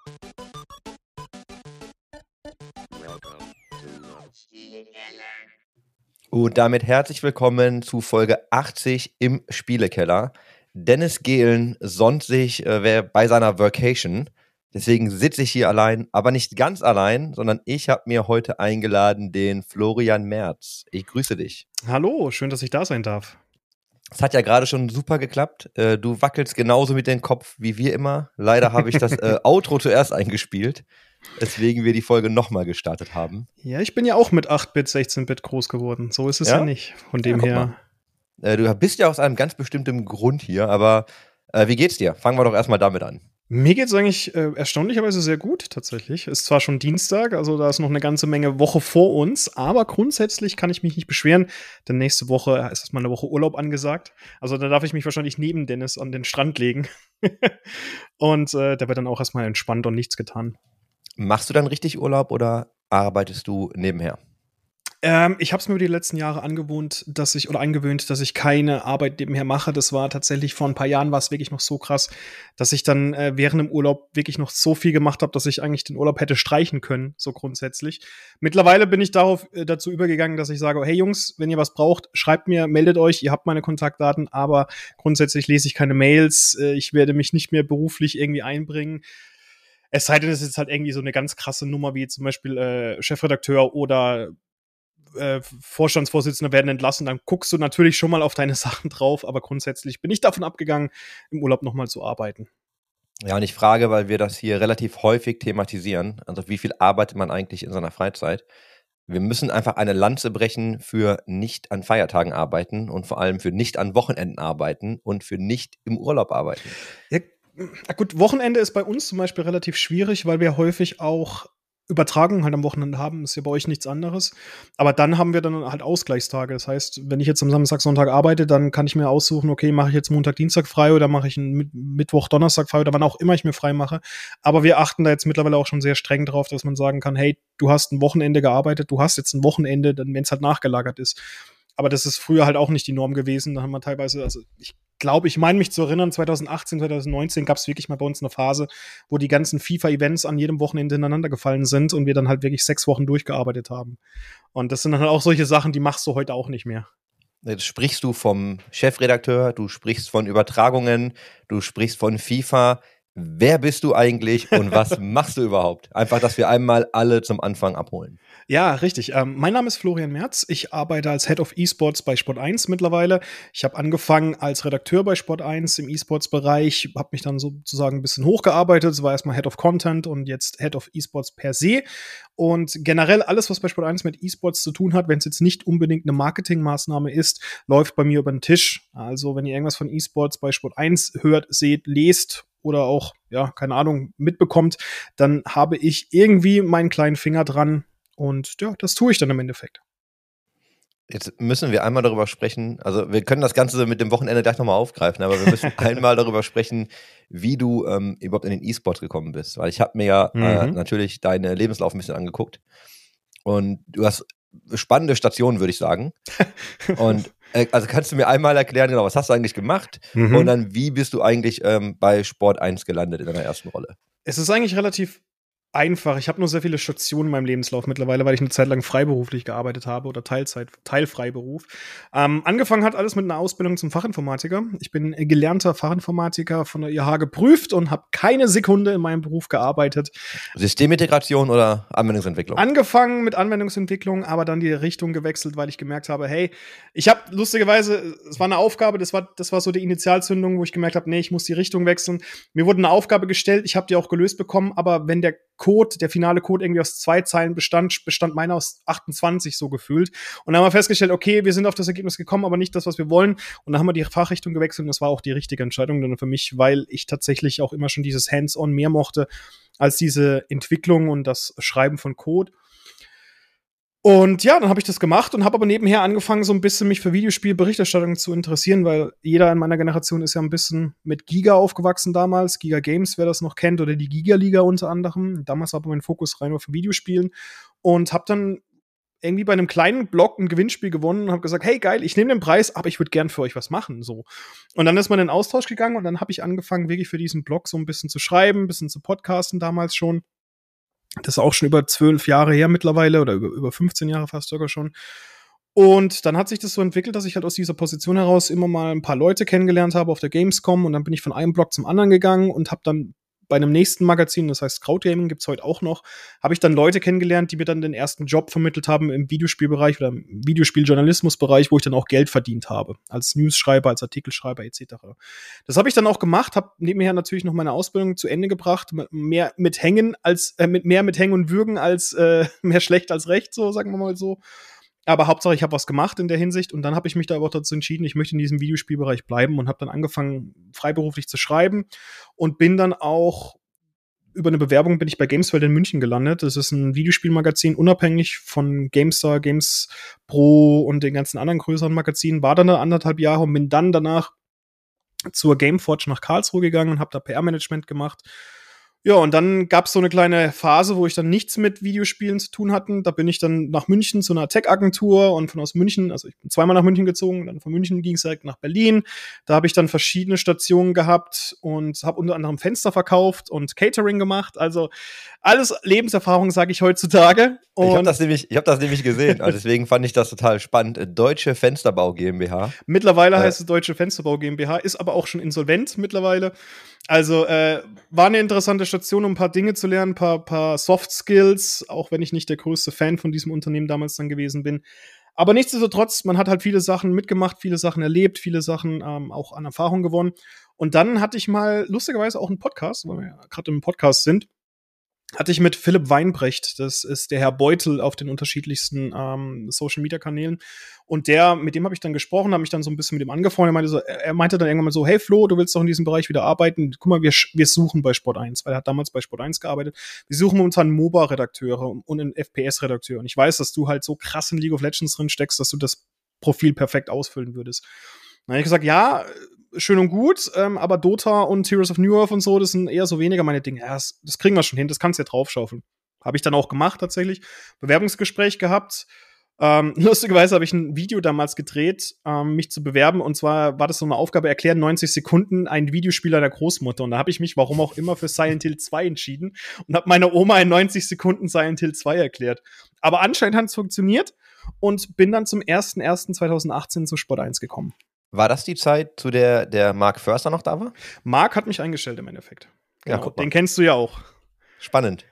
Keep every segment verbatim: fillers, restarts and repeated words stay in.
Und damit herzlich willkommen zu Folge achtzig im Spielekeller. Dennis Gehlen sonnt sich äh, bei seiner Vacation. Deswegen sitze ich hier allein, aber nicht ganz allein, sondern ich habe mir heute eingeladen den Florian Merz. Ich grüße dich. Hallo, schön, dass ich da sein darf. Es hat ja gerade schon super geklappt. Äh, du wackelst genauso mit dem Kopf wie wir immer. Leider habe ich das äh, Outro zuerst eingespielt, weswegen wir die Folge nochmal gestartet haben. Ja, ich bin ja auch mit acht Bit, sechzehn Bit groß geworden. So ist es ja, ja nicht. Von dem ja, her. Äh, du bist ja aus einem ganz bestimmten Grund hier, aber äh, wie geht's dir? Fangen wir doch erstmal damit an. Mir geht's eigentlich äh, erstaunlicherweise sehr gut, tatsächlich. Ist zwar schon Dienstag, also da ist noch eine ganze Menge Woche vor uns, aber grundsätzlich kann ich mich nicht beschweren, denn nächste Woche ist erstmal eine Woche Urlaub angesagt. Also da darf ich mich wahrscheinlich neben Dennis an den Strand legen. Und äh, da wird dann auch erstmal entspannt und nichts getan. Machst du dann richtig Urlaub oder arbeitest du nebenher? Ähm, ich habe es mir über die letzten Jahre angewohnt, dass ich oder angewöhnt, dass ich keine Arbeit nebenher mache. Das war tatsächlich vor ein paar Jahren war es wirklich noch so krass, dass ich dann äh, während dem Urlaub wirklich noch so viel gemacht habe, dass ich eigentlich den Urlaub hätte streichen können, so grundsätzlich. Mittlerweile bin ich darauf äh, dazu übergegangen, dass ich sage, hey Jungs, wenn ihr was braucht, schreibt mir, meldet euch, ihr habt meine Kontaktdaten, aber grundsätzlich lese ich keine Mails, äh, ich werde mich nicht mehr beruflich irgendwie einbringen. Es sei denn, es ist jetzt halt irgendwie so eine ganz krasse Nummer, wie zum Beispiel äh, Chefredakteur oder Äh, Vorstandsvorsitzende werden entlassen, dann guckst du natürlich schon mal auf deine Sachen drauf, aber grundsätzlich bin ich davon abgegangen, im Urlaub nochmal zu arbeiten. Ja, und ich frage, weil wir das hier relativ häufig thematisieren, also wie viel arbeitet man eigentlich in seiner Freizeit? Wir müssen einfach eine Lanze brechen für nicht an Feiertagen arbeiten und vor allem für nicht an Wochenenden arbeiten und für nicht im Urlaub arbeiten. Ja, gut, Wochenende ist bei uns zum Beispiel relativ schwierig, weil wir häufig auch Übertragung halt am Wochenende haben, ist ja bei euch nichts anderes. Aber dann haben wir dann halt Ausgleichstage. Das heißt, wenn ich jetzt am Samstag, Sonntag arbeite, dann kann ich mir aussuchen, okay, mache ich jetzt Montag, Dienstag frei oder mache ich einen Mittwoch, Donnerstag frei oder wann auch immer ich mir frei mache. Aber wir achten da jetzt mittlerweile auch schon sehr streng drauf, dass man sagen kann, hey, du hast ein Wochenende gearbeitet, du hast jetzt ein Wochenende, dann wenn es halt nachgelagert ist. Aber das ist früher halt auch nicht die Norm gewesen. Da haben wir teilweise, also ich glaube, ich meine mich zu erinnern, zwanzig achtzehn, zwanzig neunzehn gab es wirklich mal bei uns eine Phase, wo die ganzen FIFA-Events an jedem Wochenende ineinander gefallen sind und wir dann halt wirklich sechs Wochen durchgearbeitet haben. Und das sind dann halt auch solche Sachen, die machst du heute auch nicht mehr. Jetzt sprichst du vom Chefredakteur, du sprichst von Übertragungen, du sprichst von FIFA. Wer bist du eigentlich und was machst du überhaupt? Einfach, dass wir einmal alle zum Anfang abholen. Ja, richtig. Ähm, mein Name ist Florian Merz. Ich arbeite als Head of E-Sports bei Sport eins mittlerweile. Ich habe angefangen als Redakteur bei Sport eins im E-Sports-Bereich, habe mich dann sozusagen ein bisschen hochgearbeitet. Es war erstmal Head of Content und jetzt Head of E-Sports per se. Und generell alles, was bei Sport eins mit E-Sports zu tun hat, wenn es jetzt nicht unbedingt eine Marketingmaßnahme ist, läuft bei mir über den Tisch. Also wenn ihr irgendwas von E-Sports bei Sport eins hört, seht, lest oder auch, ja, keine Ahnung, mitbekommt, dann habe ich irgendwie meinen kleinen Finger dran. Und ja, das tue ich dann im Endeffekt. Jetzt müssen wir einmal darüber sprechen, also wir können das Ganze mit dem Wochenende gleich nochmal aufgreifen, aber wir müssen einmal darüber sprechen, wie du ähm, überhaupt in den E-Sport gekommen bist. Weil ich habe mir ja mhm. äh, natürlich deine Lebenslauf ein bisschen angeguckt und du hast spannende Stationen, würde ich sagen. Und äh, also kannst du mir einmal erklären, genau, was hast du eigentlich gemacht mhm. und dann wie bist du eigentlich ähm, bei Sport eins gelandet in deiner ersten Rolle? Es ist eigentlich relativ einfach. Ich habe nur sehr viele Stationen in meinem Lebenslauf mittlerweile, weil ich eine Zeit lang freiberuflich gearbeitet habe oder Teilzeit, Teilfreiberuf. Ähm, angefangen hat alles mit einer Ausbildung zum Fachinformatiker. Ich bin gelernter Fachinformatiker von der I H geprüft und habe keine Sekunde in meinem Beruf gearbeitet. Systemintegration oder Anwendungsentwicklung? Angefangen mit Anwendungsentwicklung, aber dann die Richtung gewechselt, weil ich gemerkt habe, hey, ich habe lustigerweise, es war eine Aufgabe, das war, das war so die Initialzündung, wo ich gemerkt habe, nee, ich muss die Richtung wechseln. Mir wurde eine Aufgabe gestellt, ich habe die auch gelöst bekommen, aber wenn der Code, der finale Code irgendwie aus zwei Zeilen bestand, bestand meiner aus achtundzwanzig so gefühlt. Und dann haben wir festgestellt, okay, wir sind auf das Ergebnis gekommen, aber nicht das, was wir wollen. Und dann haben wir die Fachrichtung gewechselt und das war auch die richtige Entscheidung dann für mich, weil ich tatsächlich auch immer schon dieses Hands-on mehr mochte als diese Entwicklung und das Schreiben von Code. Und ja, dann habe ich das gemacht und habe aber nebenher angefangen, so ein bisschen mich für Videospielberichterstattung zu interessieren, weil jeder in meiner Generation ist ja ein bisschen mit Giga aufgewachsen damals, Giga Games, wer das noch kennt, oder die Giga-Liga unter anderem. Damals war aber mein Fokus rein auf Videospielen und habe dann irgendwie bei einem kleinen Blog ein Gewinnspiel gewonnen und habe gesagt, hey geil, ich nehme den Preis, aber ich würde gern für euch was machen. So. Und dann ist man in den Austausch gegangen und dann habe ich angefangen, wirklich für diesen Blog so ein bisschen zu schreiben, ein bisschen zu podcasten damals schon. Das ist auch schon über zwölf Jahre her mittlerweile oder über, über fünfzehn Jahre fast sogar schon. Und dann hat sich das so entwickelt, dass ich halt aus dieser Position heraus immer mal ein paar Leute kennengelernt habe auf der Gamescom und dann bin ich von einem Blog zum anderen gegangen und habe dann bei einem nächsten Magazin, das heißt Krautgaming, gibt's heute auch noch, habe ich dann Leute kennengelernt, die mir dann den ersten Job vermittelt haben im Videospielbereich oder im Videospieljournalismusbereich, wo ich dann auch Geld verdient habe, als Newsschreiber, als Artikelschreiber et cetera. Das habe ich dann auch gemacht, habe nebenher natürlich noch meine Ausbildung zu Ende gebracht, mehr mit Hängen als äh, mit mehr mit Hängen und Würgen als äh, mehr schlecht als recht, so sagen wir mal so. Aber Hauptsache, ich habe was gemacht in der Hinsicht und dann habe ich mich da aber auch dazu entschieden, ich möchte in diesem Videospielbereich bleiben und habe dann angefangen, freiberuflich zu schreiben und bin dann auch über eine Bewerbung bin ich bei Gameswelt in München gelandet. Das ist ein Videospielmagazin, unabhängig von GameStar, GamesPro und den ganzen anderen größeren Magazinen. War dann anderthalb Jahre und bin dann danach zur Gameforge nach Karlsruhe gegangen und habe da P R-Management gemacht. Ja, und dann gab's so eine kleine Phase, wo ich dann nichts mit Videospielen zu tun hatten. Da bin ich dann nach München zu einer Tech-Agentur und von aus München, also ich bin zweimal nach München gezogen, dann von München ging es direkt nach Berlin. Da habe ich dann verschiedene Stationen gehabt und habe unter anderem Fenster verkauft und Catering gemacht. Also alles Lebenserfahrung, sage ich heutzutage. Und ich habe das nämlich, ich habe das nämlich gesehen. Also deswegen fand ich das total spannend. Deutsche Fensterbau GmbH. Mittlerweile äh, heißt es Deutsche Fensterbau GmbH, ist aber auch schon insolvent mittlerweile. Also äh, war eine interessante Station, um ein paar Dinge zu lernen, ein paar, paar Soft Skills, auch wenn ich nicht der größte Fan von diesem Unternehmen damals dann gewesen bin. Aber nichtsdestotrotz, man hat halt viele Sachen mitgemacht, viele Sachen erlebt, viele Sachen ähm, auch an Erfahrung gewonnen. Und dann hatte ich mal lustigerweise auch einen Podcast, weil wir ja gerade im Podcast sind, hatte ich mit Philipp Weinbrecht, das ist der Herr Beutel auf den unterschiedlichsten ähm, Social-Media-Kanälen. Und der, mit dem habe ich dann gesprochen, habe mich dann so ein bisschen mit ihm angefreundet. Er meinte, so, er meinte dann irgendwann mal so, hey Flo, du willst doch in diesem Bereich wieder arbeiten. Guck mal, wir, wir suchen bei Sport eins, weil er hat damals bei Sport eins gearbeitet. Wir suchen momentan MOBA-Redakteure und einen F P S-Redakteur. Und ich weiß, dass du halt so krass in League of Legends drin steckst, dass du das Profil perfekt ausfüllen würdest. Dann habe ich gesagt, ja, schön und gut, ähm, aber Dota und Heroes of New Earth und so, das sind eher so weniger meine Dinge. Ja, das, das kriegen wir schon hin, das kannst du ja draufschaufeln. Habe ich dann auch gemacht tatsächlich. Bewerbungsgespräch gehabt. Ähm, lustigerweise habe ich ein Video damals gedreht, ähm, mich zu bewerben. Und zwar war das so eine Aufgabe, erklären neunzig Sekunden ein Videospiel einer Großmutter. Und da habe ich mich, warum auch immer, für Silent Hill zwei entschieden und habe meiner Oma in neunzig Sekunden Silent Hill zwei erklärt. Aber anscheinend hat es funktioniert und bin dann zum ersten ersten zweitausendachtzehn zu Sport eins gekommen. War das die Zeit, zu der der Mark Förster noch da war? Mark hat mich eingestellt im Endeffekt. Genau, ja, guck mal. Den kennst du ja auch. Spannend.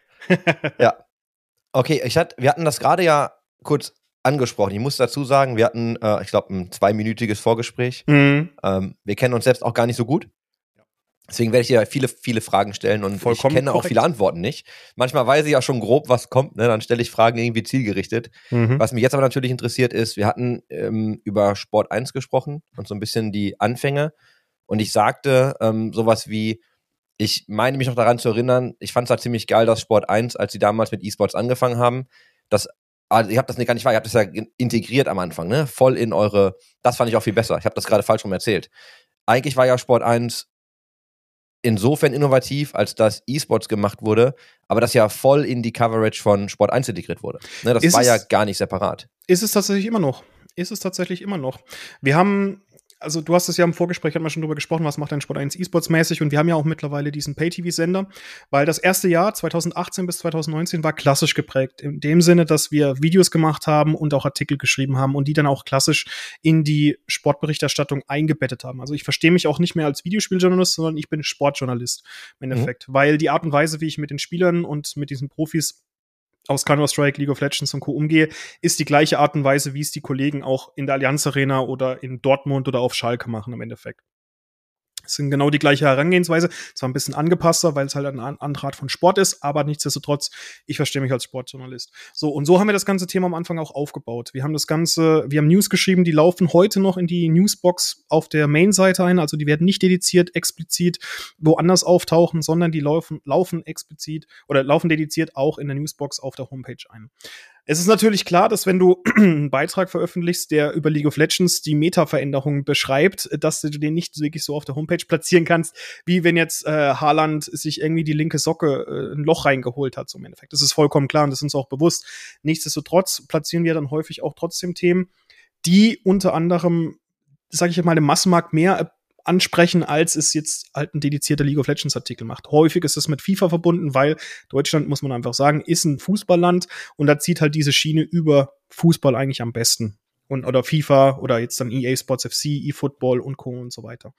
Ja. Okay, ich hatte, wir hatten das gerade ja kurz angesprochen. Ich muss dazu sagen, wir hatten, äh, ich glaube, ein zweiminütiges Vorgespräch. Mhm. Ähm, wir kennen uns selbst auch gar nicht so gut. Deswegen werde ich dir viele, viele Fragen stellen und Vollkommen ich kenne korrekt. Auch viele Antworten nicht. Manchmal weiß ich ja schon grob, was kommt, ne? Dann stelle ich Fragen irgendwie zielgerichtet. Mhm. Was mich jetzt aber natürlich interessiert ist, wir hatten ähm, über Sport eins gesprochen und so ein bisschen die Anfänge und ich sagte ähm, sowas wie, ich meine mich noch daran zu erinnern, ich fand es halt ziemlich geil, dass Sport eins, als sie damals mit E-Sports angefangen haben, das, also ich habe das nicht gar nicht wahr, ihr habt das ja integriert am Anfang, ne? Voll in eure, das fand ich auch viel besser. Ich habe das gerade falsch rum erzählt. Eigentlich war ja Sport eins insofern innovativ, als dass E-Sports gemacht wurde, aber das ja voll in die Coverage von Sport eins integriert wurde. Ne, das ist war ja gar nicht separat. Ist es tatsächlich immer noch. Ist es tatsächlich immer noch. Wir haben, also du hast es ja im Vorgespräch, hat man schon drüber gesprochen, was macht denn Sport eins E-Sports mäßig und wir haben ja auch mittlerweile diesen Pay-T V-Sender, weil das erste Jahr zweitausendachtzehn bis zweitausendneunzehn war klassisch geprägt, in dem Sinne, dass wir Videos gemacht haben und auch Artikel geschrieben haben und die dann auch klassisch in die Sportberichterstattung eingebettet haben. Also ich verstehe mich auch nicht mehr als Videospieljournalist, sondern ich bin Sportjournalist im Endeffekt, mhm. weil die Art und Weise, wie ich mit den Spielern und mit diesen Profis aus Counter-Strike, League of Legends und Co. umgehe, ist die gleiche Art und Weise, wie es die Kollegen auch in der Allianz Arena oder in Dortmund oder auf Schalke machen im Endeffekt. Es sind genau die gleiche Herangehensweise, zwar ein bisschen angepasster, weil es halt eine andere Art von Sport ist, aber nichtsdestotrotz, ich verstehe mich als Sportjournalist. So, und so haben wir das ganze Thema am Anfang auch aufgebaut. Wir haben das Ganze, wir haben News geschrieben, die laufen heute noch in die Newsbox auf der Main-Seite ein, also die werden nicht dediziert, explizit woanders auftauchen, sondern die laufen, laufen explizit oder laufen dediziert auch in der Newsbox auf der Homepage ein. Es ist natürlich klar, dass wenn du einen Beitrag veröffentlichst, der über League of Legends die Meta-Veränderungen beschreibt, dass du den nicht wirklich so auf der Homepage platzieren kannst, wie wenn jetzt äh, Haaland sich irgendwie die linke Socke äh, ein Loch reingeholt hat, so im Endeffekt. Das ist vollkommen klar und das ist uns auch bewusst. Nichtsdestotrotz platzieren wir dann häufig auch trotzdem Themen, die unter anderem, sage ich mal, im Massenmarkt mehr ansprechen, als es jetzt halt ein dedizierter League of Legends Artikel macht. Häufig ist es mit FIFA verbunden, weil Deutschland, muss man einfach sagen, ist ein Fußballland und da zieht halt diese Schiene über Fußball eigentlich am besten. Und, oder FIFA oder jetzt dann E A Sports F C, eFootball und Co. und so weiter.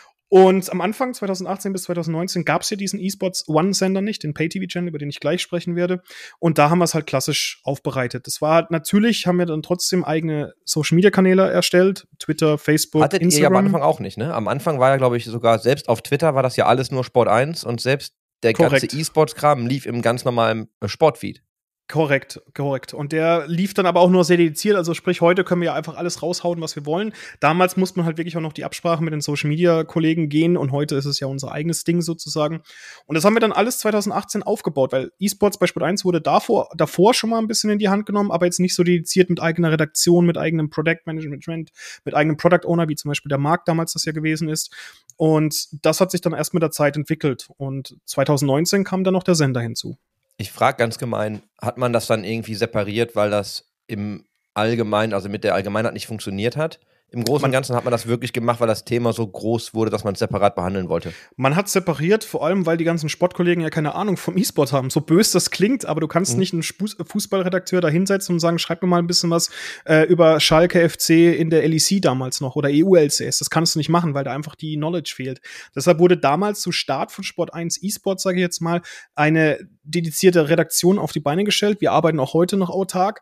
Und am Anfang zwanzig achtzehn bis zwanzig neunzehn gab es ja diesen eSports One-Sender nicht, den Pay-T V-Channel, über den ich gleich sprechen werde. Und da haben wir es halt klassisch aufbereitet. Das war halt, natürlich haben wir dann trotzdem eigene Social-Media-Kanäle erstellt. Twitter, Facebook, Hattet Instagram. Ihr ja am Anfang auch nicht, ne? Am Anfang war ja, glaube ich, sogar selbst auf Twitter war das ja alles nur Sport eins und selbst der Korrekt. ganze eSports-Kram lief im ganz normalen Sportfeed. Korrekt, korrekt. Und der lief dann aber auch nur sehr dediziert. Also sprich, heute können wir ja einfach alles raushauen, was wir wollen. Damals musste man halt wirklich auch noch die Absprache mit den Social-Media-Kollegen gehen. Und heute ist es ja unser eigenes Ding sozusagen. Und das haben wir dann alles zwanzig achtzehn aufgebaut, weil eSports bei Sport eins wurde davor, davor schon mal ein bisschen in die Hand genommen, aber jetzt nicht so dediziert mit eigener Redaktion, mit eigenem Product Management, mit eigenem Product Owner, wie zum Beispiel der Marc damals das ja gewesen ist. Und das hat sich dann erst mit der Zeit entwickelt. Und zwanzig neunzehn kam dann noch der Sender hinzu. Ich frage ganz gemein, hat man das dann irgendwie separiert, weil das im Allgemeinen, also mit der Allgemeinheit nicht funktioniert hat? Im Großen und Ganzen hat man das wirklich gemacht, weil das Thema so groß wurde, dass man es separat behandeln wollte. Man hat separiert, vor allem, weil die ganzen Sportkollegen ja keine Ahnung vom E-Sport haben. So böse das klingt, aber du kannst mhm. nicht einen Fußballredakteur da hinsetzen und sagen, schreib mir mal ein bisschen was äh, über Schalke F C in der L E C damals noch oder E U L C S. Das kannst du nicht machen, weil da einfach die Knowledge fehlt. Deshalb wurde damals zu Start von Sport eins E-Sport, sage ich jetzt mal, eine dedizierte Redaktion auf die Beine gestellt. Wir arbeiten auch heute noch autark,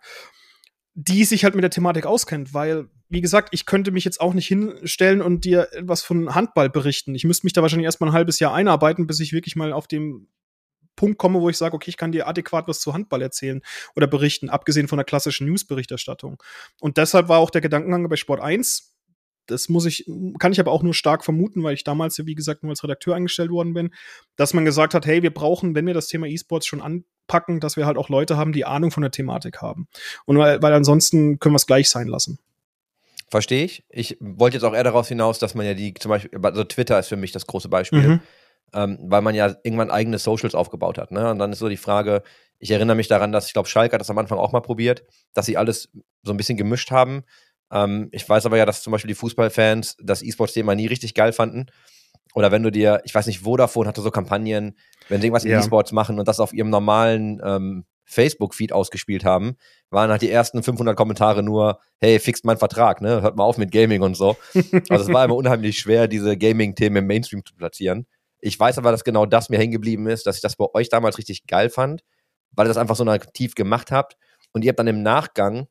die sich halt mit der Thematik auskennt, weil, wie gesagt, ich könnte mich jetzt auch nicht hinstellen und dir etwas von Handball berichten. Ich müsste mich da wahrscheinlich erstmal ein halbes Jahr einarbeiten, bis ich wirklich mal auf den Punkt komme, wo ich sage, okay, ich kann dir adäquat was zu Handball erzählen oder berichten, abgesehen von der klassischen News-Berichterstattung. Und deshalb war auch der Gedankengang bei Sport eins, das muss ich, kann ich aber auch nur stark vermuten, weil ich damals ja, wie gesagt, nur als Redakteur eingestellt worden bin, dass man gesagt hat, hey, wir brauchen, wenn wir das Thema E-Sports schon anpacken, dass wir halt auch Leute haben, die Ahnung von der Thematik haben. Und weil, weil ansonsten können wir es gleich sein lassen. Verstehe ich. Ich wollte jetzt auch eher darauf hinaus, dass man ja die, zum Beispiel, also Twitter ist für mich das große Beispiel, mhm. ähm, weil man ja irgendwann eigene Socials aufgebaut hat, ne? Und dann ist so die Frage, ich erinnere mich daran, dass, ich glaube, Schalke hat das am Anfang auch mal probiert, dass sie alles so ein bisschen gemischt haben. Ähm, ich weiß aber ja, dass zum Beispiel die Fußballfans das E-Sports-Thema nie richtig geil fanden. Oder wenn du dir, ich weiß nicht, Vodafone hatte so Kampagnen, wenn sie irgendwas ja. im E-Sports machen und das auf ihrem normalen ähm, Facebook-Feed ausgespielt haben, waren halt die ersten fünfhundert Kommentare nur, hey, fixt meinen Vertrag, ne, hört mal auf mit Gaming und so. Also es war immer unheimlich schwer, diese Gaming-Themen im Mainstream zu platzieren. Ich weiß aber, dass genau das mir hängen geblieben ist, dass ich das bei euch damals richtig geil fand, weil ihr das einfach so nativ gemacht habt und ihr habt dann im Nachgang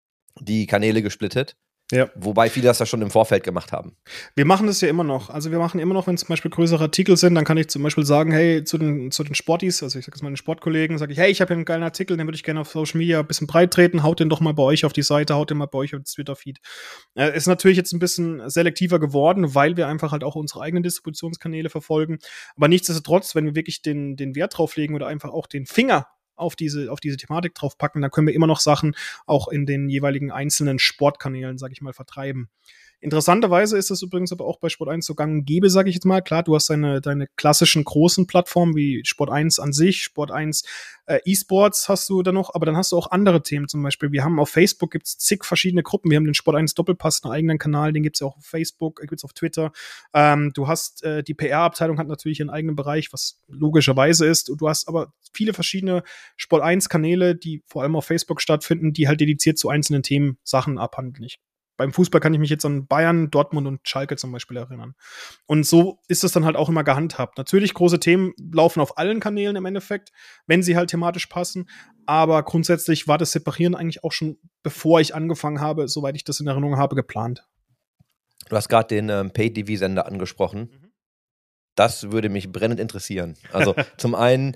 die Kanäle gesplittet. Ja. Wobei viele das ja schon im Vorfeld gemacht haben. Wir machen das ja immer noch. Also wir machen immer noch, wenn zum Beispiel größere Artikel sind, dann kann ich zum Beispiel sagen, hey, zu den, zu den Sportis, also ich sag jetzt mal den Sportkollegen, sage ich, hey, ich habe hier einen geilen Artikel, den würde ich gerne auf Social Media ein bisschen breit treten, haut den doch mal bei euch auf die Seite, haut den mal bei euch auf das Twitter-Feed. Äh, ist natürlich jetzt ein bisschen selektiver geworden, weil wir einfach halt auch unsere eigenen Distributionskanäle verfolgen. Aber nichtsdestotrotz, wenn wir wirklich den, den Wert drauf legen oder einfach auch den Finger auf diese, auf diese Thematik draufpacken, dann können wir immer noch Sachen auch in den jeweiligen einzelnen Sportkanälen, sag ich mal, vertreiben. Interessanterweise ist das übrigens aber auch bei Sport eins so gang und gäbe, sage ich jetzt mal. Klar, du hast deine, deine klassischen großen Plattformen wie Sport eins an sich, Sport eins äh, E-Sports hast du da noch, aber dann hast du auch andere Themen zum Beispiel. Wir haben auf Facebook gibt's zig verschiedene Gruppen. Wir haben den Sport eins Doppelpass, einen eigenen Kanal, den gibt's ja auch auf Facebook, gibt's auf Twitter. Ähm, du hast, äh, die P R-Abteilung hat natürlich ihren eigenen Bereich, was logischerweise ist. Und du hast aber viele verschiedene Sport eins Kanäle, die vor allem auf Facebook stattfinden, die halt dediziert zu einzelnen Themen Sachen abhandeln. Ich Beim Fußball kann ich mich jetzt an Bayern, Dortmund und Schalke zum Beispiel erinnern. Und so ist es dann halt auch immer gehandhabt. Natürlich, große Themen laufen auf allen Kanälen im Endeffekt, wenn sie halt thematisch passen. Aber grundsätzlich war das Separieren eigentlich auch schon, bevor ich angefangen habe, soweit ich das in Erinnerung habe, geplant. Du hast gerade den ähm, Pay-T V-Sender angesprochen. Mhm. Das würde mich brennend interessieren. Also zum einen,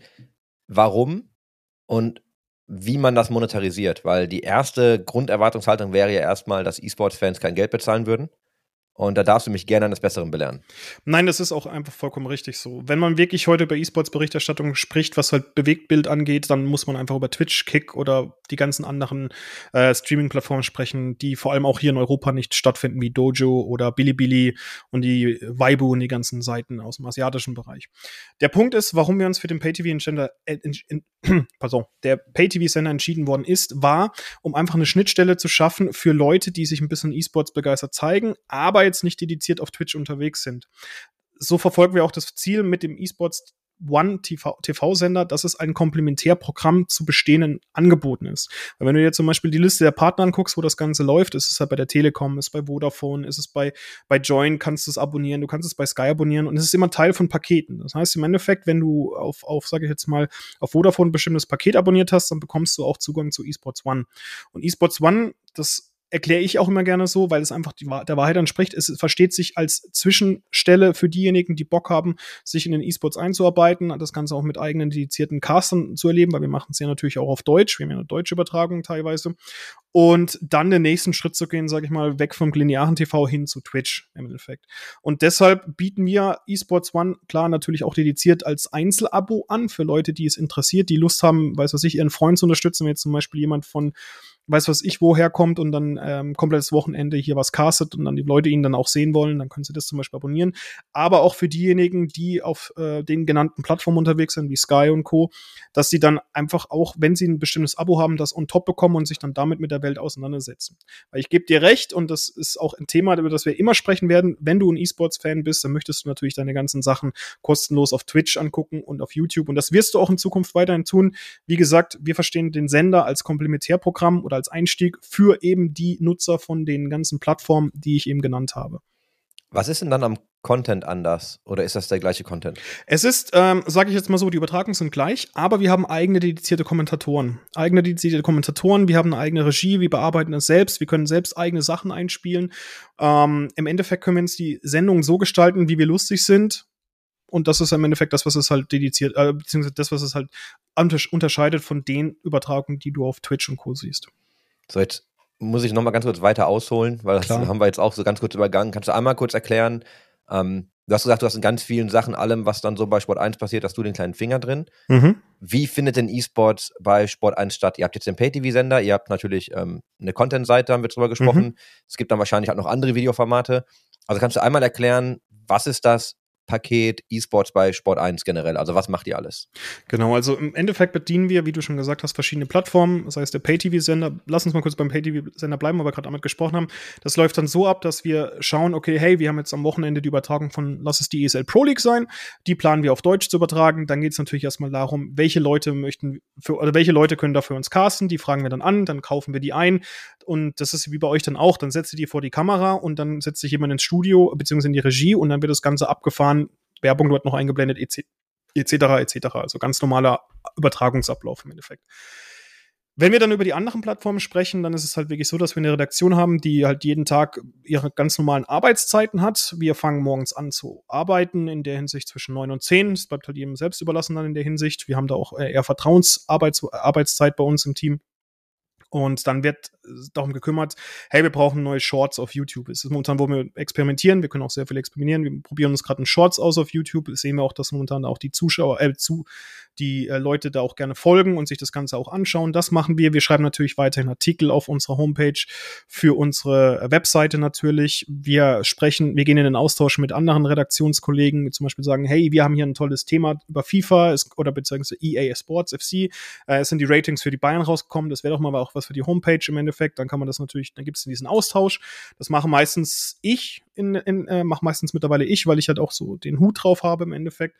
warum und wie man das monetarisiert, weil die erste Grunderwartungshaltung wäre ja erstmal, dass E-Sports-Fans kein Geld bezahlen würden Und da darfst du mich gerne eines Besseren belehren. Nein, das ist auch einfach vollkommen richtig so. Wenn man wirklich heute über E-Sports-Berichterstattung spricht, was halt Bewegtbild angeht, dann muss man einfach über Twitch, Kick oder die ganzen anderen äh, Streaming-Plattformen sprechen, die vor allem auch hier in Europa nicht stattfinden, wie Dojo oder Bilibili und die Weibo und die ganzen Seiten aus dem asiatischen Bereich. Der Punkt ist, warum wir uns für den Pay-T V-Sender äh, pardon, der Pay-T V-Sender entschieden worden ist, war, um einfach eine Schnittstelle zu schaffen für Leute, die sich ein bisschen E-Sports begeistert zeigen, aber jetzt nicht dediziert auf Twitch unterwegs sind. So verfolgen wir auch das Ziel mit dem eSports One T V-Sender, dass es ein Komplementärprogramm zu bestehenden Angeboten ist. Weil wenn du dir zum Beispiel die Liste der Partner anguckst, wo das Ganze läuft, ist es halt bei der Telekom, ist es bei Vodafone, ist es bei, bei Join, kannst du es abonnieren, du kannst es bei Sky abonnieren und es ist immer Teil von Paketen. Das heißt im Endeffekt, wenn du auf, auf sage ich jetzt mal, auf Vodafone ein bestimmtes Paket abonniert hast, dann bekommst du auch Zugang zu eSports One. Und eSports One, das erkläre ich auch immer gerne so, weil es einfach die, der Wahrheit entspricht. Es versteht sich als Zwischenstelle für diejenigen, die Bock haben, sich in den E-Sports einzuarbeiten, das Ganze auch mit eigenen dedizierten Castern zu erleben, weil wir machen es ja natürlich auch auf Deutsch. Wir haben ja eine deutsche Übertragung teilweise. Und dann den nächsten Schritt zu gehen, sage ich mal, weg vom linearen T V hin zu Twitch im Endeffekt. Und deshalb bieten wir eSports One, klar, natürlich auch dediziert als Einzelabo an für Leute, die es interessiert, die Lust haben, weiß was ich, ihren Freund zu unterstützen, wenn jetzt zum Beispiel jemand von weiß was ich, woher kommt und dann ähm, komplettes Wochenende hier was castet und dann die Leute ihn dann auch sehen wollen, dann können sie das zum Beispiel abonnieren. Aber auch für diejenigen, die auf äh, den genannten Plattformen unterwegs sind, wie Sky und Co., dass sie dann einfach auch, wenn sie ein bestimmtes Abo haben, das on top bekommen und sich dann damit mit der Welt auseinandersetzen. Weil ich gebe dir recht, und das ist auch ein Thema, über das wir immer sprechen werden, wenn du ein E-Sports-Fan bist, dann möchtest du natürlich deine ganzen Sachen kostenlos auf Twitch angucken und auf YouTube. Und das wirst du auch in Zukunft weiterhin tun. Wie gesagt, wir verstehen den Sender als Komplementärprogramm oder als Einstieg für eben die Nutzer von den ganzen Plattformen, die ich eben genannt habe. Was ist denn dann am Content anders? Oder ist das der gleiche Content? Es ist, ähm, sage ich jetzt mal so, die Übertragungen sind gleich, aber wir haben eigene dedizierte Kommentatoren. Eigene dedizierte Kommentatoren, wir haben eine eigene Regie, wir bearbeiten es selbst, wir können selbst eigene Sachen einspielen. Ähm, im Endeffekt können wir uns die Sendung so gestalten, wie wir lustig sind. Und das ist im Endeffekt das, was es halt dediziert, äh, beziehungsweise das, was es halt unterscheidet von den Übertragungen, die du auf Twitch und Co. siehst. So, jetzt muss ich noch mal ganz kurz weiter ausholen, weil das Klar. haben wir jetzt auch so ganz kurz übergangen. Kannst du einmal kurz erklären, ähm, du hast gesagt, du hast in ganz vielen Sachen, allem, was dann so bei Sport eins passiert, hast du den kleinen Finger drin. Mhm. Wie findet denn E-Sports bei Sport eins statt? Ihr habt jetzt den Pay-T V-Sender, ihr habt natürlich ähm, eine Content-Seite, haben wir drüber gesprochen. Mhm. Es gibt dann wahrscheinlich auch noch andere Videoformate. Also kannst du einmal erklären, was ist das Paket E-Sports bei Sport eins generell? Also was macht ihr alles? Genau, also im Endeffekt bedienen wir, wie du schon gesagt hast, verschiedene Plattformen. Das heißt, der Pay-T V-Sender, lass uns mal kurz beim Pay-T V-Sender bleiben, weil wir gerade damit gesprochen haben. Das läuft dann so ab, dass wir schauen, okay, hey, wir haben jetzt am Wochenende die Übertragung von, lass es die E S L Pro League sein. Die planen wir auf Deutsch zu übertragen. Dann geht es natürlich erstmal darum, welche Leute möchten, für, oder welche Leute können dafür uns casten. Die fragen wir dann an, dann kaufen wir die ein. Und das ist wie bei euch dann auch. Dann setzt ihr die vor die Kamera und dann setzt sich jemand ins Studio, beziehungsweise in die Regie und dann wird das Ganze abgefahren. Werbung wird noch eingeblendet, et cetera, et cetera. Also ganz normaler Übertragungsablauf im Endeffekt. Wenn wir dann über die anderen Plattformen sprechen, dann ist es halt wirklich so, dass wir eine Redaktion haben, die halt jeden Tag ihre ganz normalen Arbeitszeiten hat. Wir fangen morgens an zu arbeiten, in der Hinsicht zwischen neun und zehn. Das bleibt halt jedem selbst überlassen dann in der Hinsicht. Wir haben da auch eher Vertrauensarbeitszeit bei uns im Team. Und dann wird darum gekümmert, hey, wir brauchen neue Shorts auf YouTube. Es ist momentan, wo wir experimentieren. Wir können auch sehr viel experimentieren. Wir probieren uns gerade einen Shorts aus auf YouTube. Das sehen wir auch, dass momentan auch die Zuschauer, äh, zu, die äh, Leute da auch gerne folgen und sich das Ganze auch anschauen. Das machen wir. Wir schreiben natürlich weiterhin Artikel auf unserer Homepage für unsere Webseite natürlich. Wir sprechen, wir gehen in den Austausch mit anderen Redaktionskollegen, die zum Beispiel sagen, hey, wir haben hier ein tolles Thema über FIFA oder beziehungsweise E A Sports F C. Äh, es sind die Ratings für die Bayern rausgekommen. Das wäre doch mal auch was für die Homepage im Endeffekt. Dann kann man das natürlich, dann gibt es diesen Austausch. Das mache meistens ich, in, in, äh, mache meistens mittlerweile ich, weil ich halt auch so den Hut drauf habe im Endeffekt.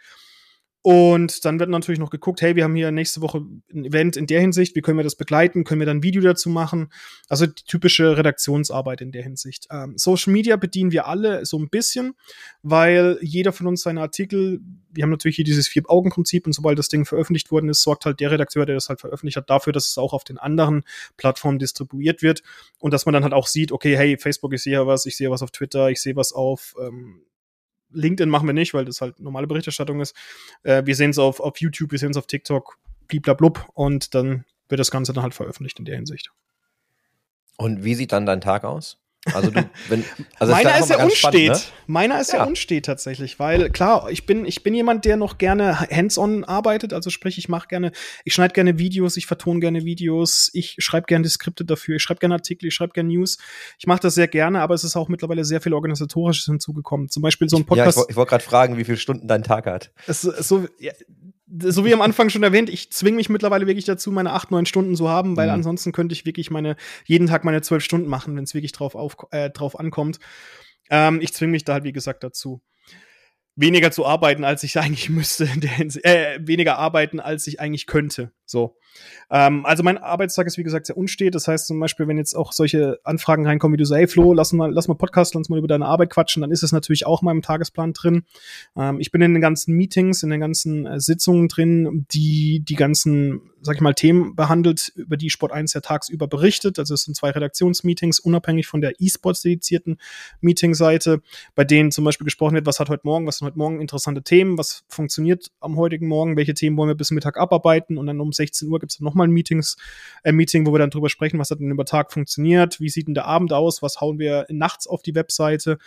Und dann wird natürlich noch geguckt, hey, wir haben hier nächste Woche ein Event in der Hinsicht, wie können wir das begleiten, können wir dann ein Video dazu machen? Also die typische Redaktionsarbeit in der Hinsicht. Ähm, Social Media bedienen wir alle so ein bisschen, weil jeder von uns seine Artikel, wir haben natürlich hier dieses Vier-Augen-Prinzip und sobald das Ding veröffentlicht worden ist, sorgt halt der Redakteur, der das halt veröffentlicht hat, dafür, dass es auch auf den anderen Plattformen distribuiert wird und dass man dann halt auch sieht, okay, hey, Facebook, ich sehe ja was, ich sehe was auf Twitter, ich sehe was auf ähm, LinkedIn machen wir nicht, weil das halt normale Berichterstattung ist. Äh, wir sehen es auf, auf YouTube, wir sehen es auf TikTok, bliblablub, und dann wird das Ganze dann halt veröffentlicht in der Hinsicht. Und wie sieht dann dein Tag aus? Also du, wenn, also Meiner ist ja unstet. Spannend, ne? Meiner ist ja. ja unstet tatsächlich, weil klar, ich bin, ich bin jemand, der noch gerne hands-on arbeitet, also sprich, ich mache gerne, ich schneide gerne Videos, ich vertone gerne Videos, ich schreibe gerne die Skripte dafür, ich schreibe gerne Artikel, ich schreibe gerne News. Ich mache das sehr gerne, aber es ist auch mittlerweile sehr viel Organisatorisches hinzugekommen. Zum Beispiel so ein Podcast. Ja, ich, ich wollte gerade fragen, wie viele Stunden dein Tag hat. Es, so, ja, so wie am Anfang schon erwähnt, ich zwinge mich mittlerweile wirklich dazu, meine acht, neun Stunden zu haben, weil mhm. ansonsten könnte ich wirklich meine, jeden Tag meine zwölf Stunden machen, wenn es wirklich drauf, auf, äh, drauf ankommt. Ähm, ich zwinge mich da halt, wie gesagt, dazu. Weniger zu arbeiten, als ich eigentlich müsste, in der Hinsicht, äh, weniger arbeiten, als ich eigentlich könnte. So. Ähm, also mein Arbeitstag ist, wie gesagt, sehr unstet. Das heißt zum Beispiel, wenn jetzt auch solche Anfragen reinkommen, wie du sagst, hey Flo, lass mal, lass mal Podcast, lass mal über deine Arbeit quatschen, dann ist es natürlich auch in meinem Tagesplan drin. Ähm, ich bin in den ganzen Meetings, in den ganzen äh, Sitzungen drin, die die ganzen, sag ich mal, Themen behandelt, über die Sport eins ja tagsüber berichtet. Also es sind zwei Redaktionsmeetings, unabhängig von der E-Sports-dedizierten Meetingseite, bei denen zum Beispiel gesprochen wird, was hat heute Morgen, was sind heute Morgen interessante Themen, was funktioniert am heutigen Morgen, welche Themen wollen wir bis Mittag abarbeiten, und dann um sechzehn Uhr gibt es dann nochmal ein Meetings, ein Meeting, wo wir dann drüber sprechen, was hat denn über Tag funktioniert, wie sieht denn der Abend aus, was hauen wir nachts auf die Webseite.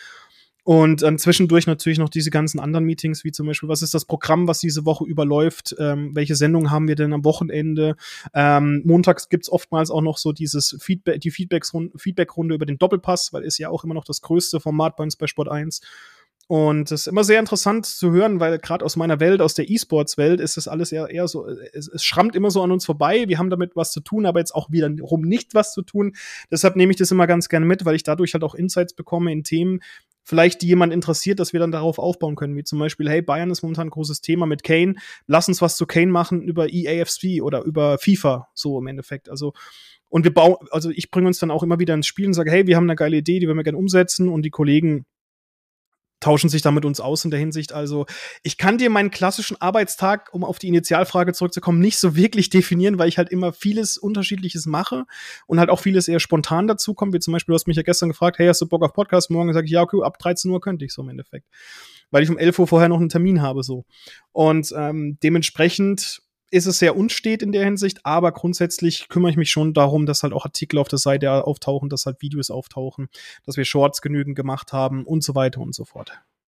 Und ähm, zwischendurch natürlich noch diese ganzen anderen Meetings, wie zum Beispiel, was ist das Programm, was diese Woche überläuft, ähm, welche Sendungen haben wir denn am Wochenende. Ähm, montags gibt's oftmals auch noch so dieses Feedback, die Feedbacks- Feedbackrunde über den Doppelpass, weil ist ja auch immer noch das größte Format bei uns bei Sport eins. Und das ist immer sehr interessant zu hören, weil gerade aus meiner Welt, aus der E-Sports-Welt, ist das alles eher, eher so, es, es schrammt immer so an uns vorbei. Wir haben damit was zu tun, aber jetzt auch wiederum nicht was zu tun. Deshalb nehme ich das immer ganz gerne mit, weil ich dadurch halt auch Insights bekomme in Themen, vielleicht die jemand interessiert, dass wir dann darauf aufbauen können. Wie zum Beispiel, hey, Bayern ist momentan ein großes Thema mit Kane. Lass uns was zu Kane machen über E A F C oder über FIFA, so im Endeffekt. Also, und wir bauen, also ich bringe uns dann auch immer wieder ins Spiel und sage, hey, wir haben eine geile Idee, die wollen wir gerne umsetzen, und die Kollegen tauschen sich da mit uns aus in der Hinsicht. Also ich kann dir meinen klassischen Arbeitstag, um auf die Initialfrage zurückzukommen, nicht so wirklich definieren, weil ich halt immer vieles Unterschiedliches mache und halt auch vieles eher spontan dazu kommt. Wie zum Beispiel, du hast mich ja gestern gefragt, hey, hast du Bock auf Podcast? Morgen sage ich, ja, okay, ab dreizehn Uhr könnte ich so im Endeffekt. Weil ich um elf Uhr vorher noch einen Termin habe so. Und ähm, dementsprechend ist es sehr unstet in der Hinsicht, aber grundsätzlich kümmere ich mich schon darum, dass halt auch Artikel auf der Seite auftauchen, dass halt Videos auftauchen, dass wir Shorts genügend gemacht haben und so weiter und so fort.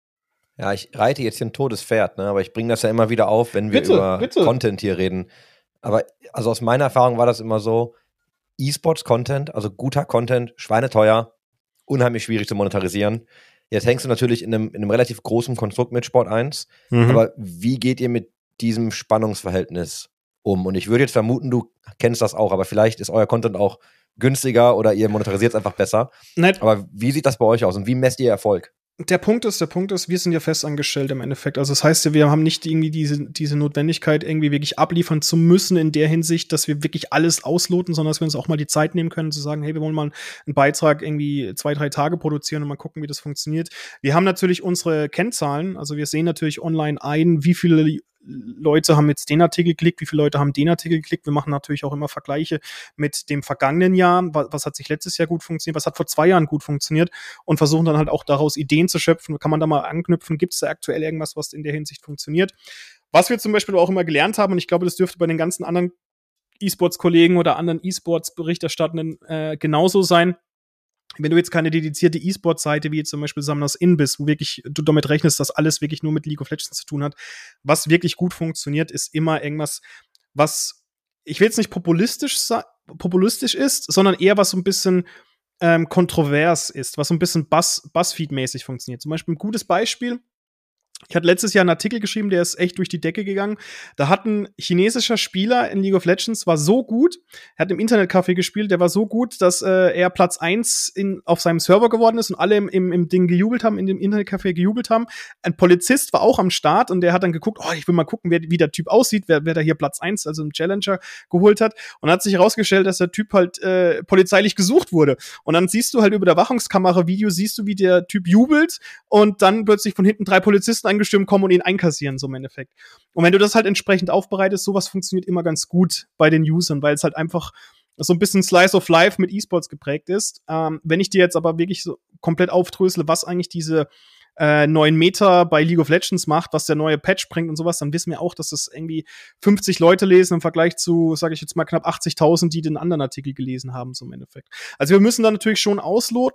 Ja, ich reite jetzt hier ein totes Pferd, ne? Aber ich bringe das ja immer wieder auf, wenn wir bitte, über bitte. Content hier reden. Aber also aus meiner Erfahrung war das immer so, E-Sports-Content, also guter Content, schweineteuer, unheimlich schwierig zu monetarisieren. Jetzt hängst du natürlich in einem, in einem relativ großen Konstrukt mit Sport eins, mhm. aber wie geht ihr mit diesem Spannungsverhältnis um? Und ich würde jetzt vermuten, du kennst das auch, aber vielleicht ist euer Content auch günstiger oder ihr monetarisiert es einfach besser. Nein. Aber wie sieht das bei euch aus und wie messt ihr Erfolg? Der Punkt ist, der Punkt ist, wir sind ja festangestellt im Endeffekt. Also das heißt ja, wir haben nicht irgendwie diese, diese Notwendigkeit, irgendwie wirklich abliefern zu müssen in der Hinsicht, dass wir wirklich alles ausloten, sondern dass wir uns auch mal die Zeit nehmen können, zu sagen, hey, wir wollen mal einen Beitrag irgendwie zwei, drei Tage produzieren und mal gucken, wie das funktioniert. Wir haben natürlich unsere Kennzahlen, also wir sehen natürlich online ein, wie viele Leute haben jetzt den Artikel geklickt, wie viele Leute haben den Artikel geklickt. Wir machen natürlich auch immer Vergleiche mit dem vergangenen Jahr. Was, was hat sich letztes Jahr gut funktioniert? Was hat vor zwei Jahren gut funktioniert? Und versuchen dann halt auch daraus Ideen zu schöpfen. Kann man da mal anknüpfen? Gibt es da aktuell irgendwas, was in der Hinsicht funktioniert? Was wir zum Beispiel auch immer gelernt haben, und ich glaube, das dürfte bei den ganzen anderen E-Sports-Kollegen oder anderen E-Sports-Berichterstattenden äh, genauso sein. Wenn du jetzt keine dedizierte E-Sport-Seite wie jetzt zum Beispiel Summoners Inn bist, wo wirklich du damit rechnest, dass alles wirklich nur mit League of Legends zu tun hat, was wirklich gut funktioniert, ist immer irgendwas, was, ich will jetzt nicht populistisch, populistisch ist, sondern eher was so ein bisschen ähm, kontrovers ist, was so ein bisschen Buzz, Buzzfeed-mäßig funktioniert. Zum Beispiel ein gutes Beispiel: Ich hatte letztes Jahr einen Artikel geschrieben, der ist echt durch die Decke gegangen. Da hat ein chinesischer Spieler in League of Legends, war so gut, er hat im Internetcafé gespielt, der war so gut, dass äh, er Platz eins in, auf seinem Server geworden ist und alle im, im, im Ding gejubelt haben, in dem Internetcafé gejubelt haben. Ein Polizist war auch am Start und der hat dann geguckt, oh, ich will mal gucken, wer, wie der Typ aussieht, wer, wer da hier Platz eins, also im Challenger, geholt hat. Und hat sich herausgestellt, dass der Typ halt äh, polizeilich gesucht wurde. Und dann siehst du halt über der Überwachungskamera-Video, siehst du, wie der Typ jubelt und dann plötzlich von hinten drei Polizisten angestürmt kommen und ihn einkassieren, so im Endeffekt. Und wenn du das halt entsprechend aufbereitest, sowas funktioniert immer ganz gut bei den Usern, weil es halt einfach so ein bisschen Slice of Life mit E-Sports geprägt ist. Ähm, wenn ich dir jetzt aber wirklich so komplett aufdrösele, was eigentlich diese äh, neuen Meta bei League of Legends macht, was der neue Patch bringt und sowas, dann wissen wir auch, dass das irgendwie fünfzig Leute lesen im Vergleich zu, sage ich jetzt mal, knapp achtzigtausend, die den anderen Artikel gelesen haben, so im Endeffekt. Also wir müssen da natürlich schon ausloten,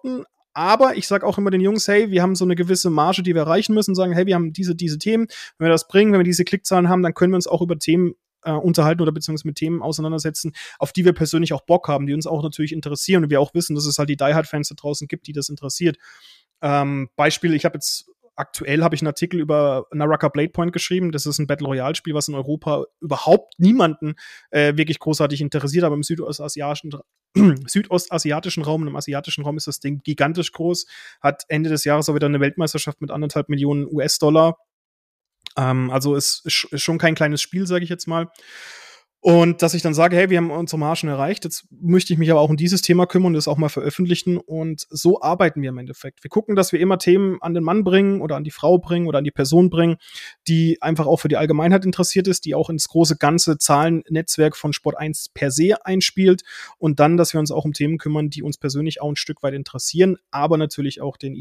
Aber ich sage auch immer den Jungs, hey, wir haben so eine gewisse Marge, die wir erreichen müssen, sagen, hey, wir haben diese, diese Themen, wenn wir das bringen, wenn wir diese Klickzahlen haben, dann können wir uns auch über Themen äh, unterhalten oder beziehungsweise mit Themen auseinandersetzen, auf die wir persönlich auch Bock haben, die uns auch natürlich interessieren und wir auch wissen, dass es halt die Die Hard-Fans da draußen gibt, die das interessiert. Ähm, Beispiel, ich habe jetzt aktuell habe ich einen Artikel über Naraka Blade Point geschrieben. Das ist ein Battle Royale Spiel, was in Europa überhaupt niemanden äh, wirklich großartig interessiert, aber im südostasiatischen, südostasiatischen Raum und im asiatischen Raum ist das Ding gigantisch groß. Hat Ende des Jahres auch wieder eine Weltmeisterschaft mit anderthalb Millionen U S-Dollar. Ähm, also ist, ist schon kein kleines Spiel, sage ich jetzt mal. Und dass ich dann sage, hey, wir haben unsere Margen erreicht, jetzt möchte ich mich aber auch um dieses Thema kümmern und das auch mal veröffentlichen. Und so arbeiten wir im Endeffekt. Wir gucken, dass wir immer Themen an den Mann bringen oder an die Frau bringen oder an die Person bringen, die einfach auch für die Allgemeinheit interessiert ist, die auch ins große ganze Zahlennetzwerk von Sport eins per se einspielt. Und dann, dass wir uns auch um Themen kümmern, die uns persönlich auch ein Stück weit interessieren, aber natürlich auch den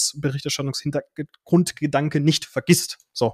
E-Sports-Berichterstattungsgrundgedanke nicht vergisst. So.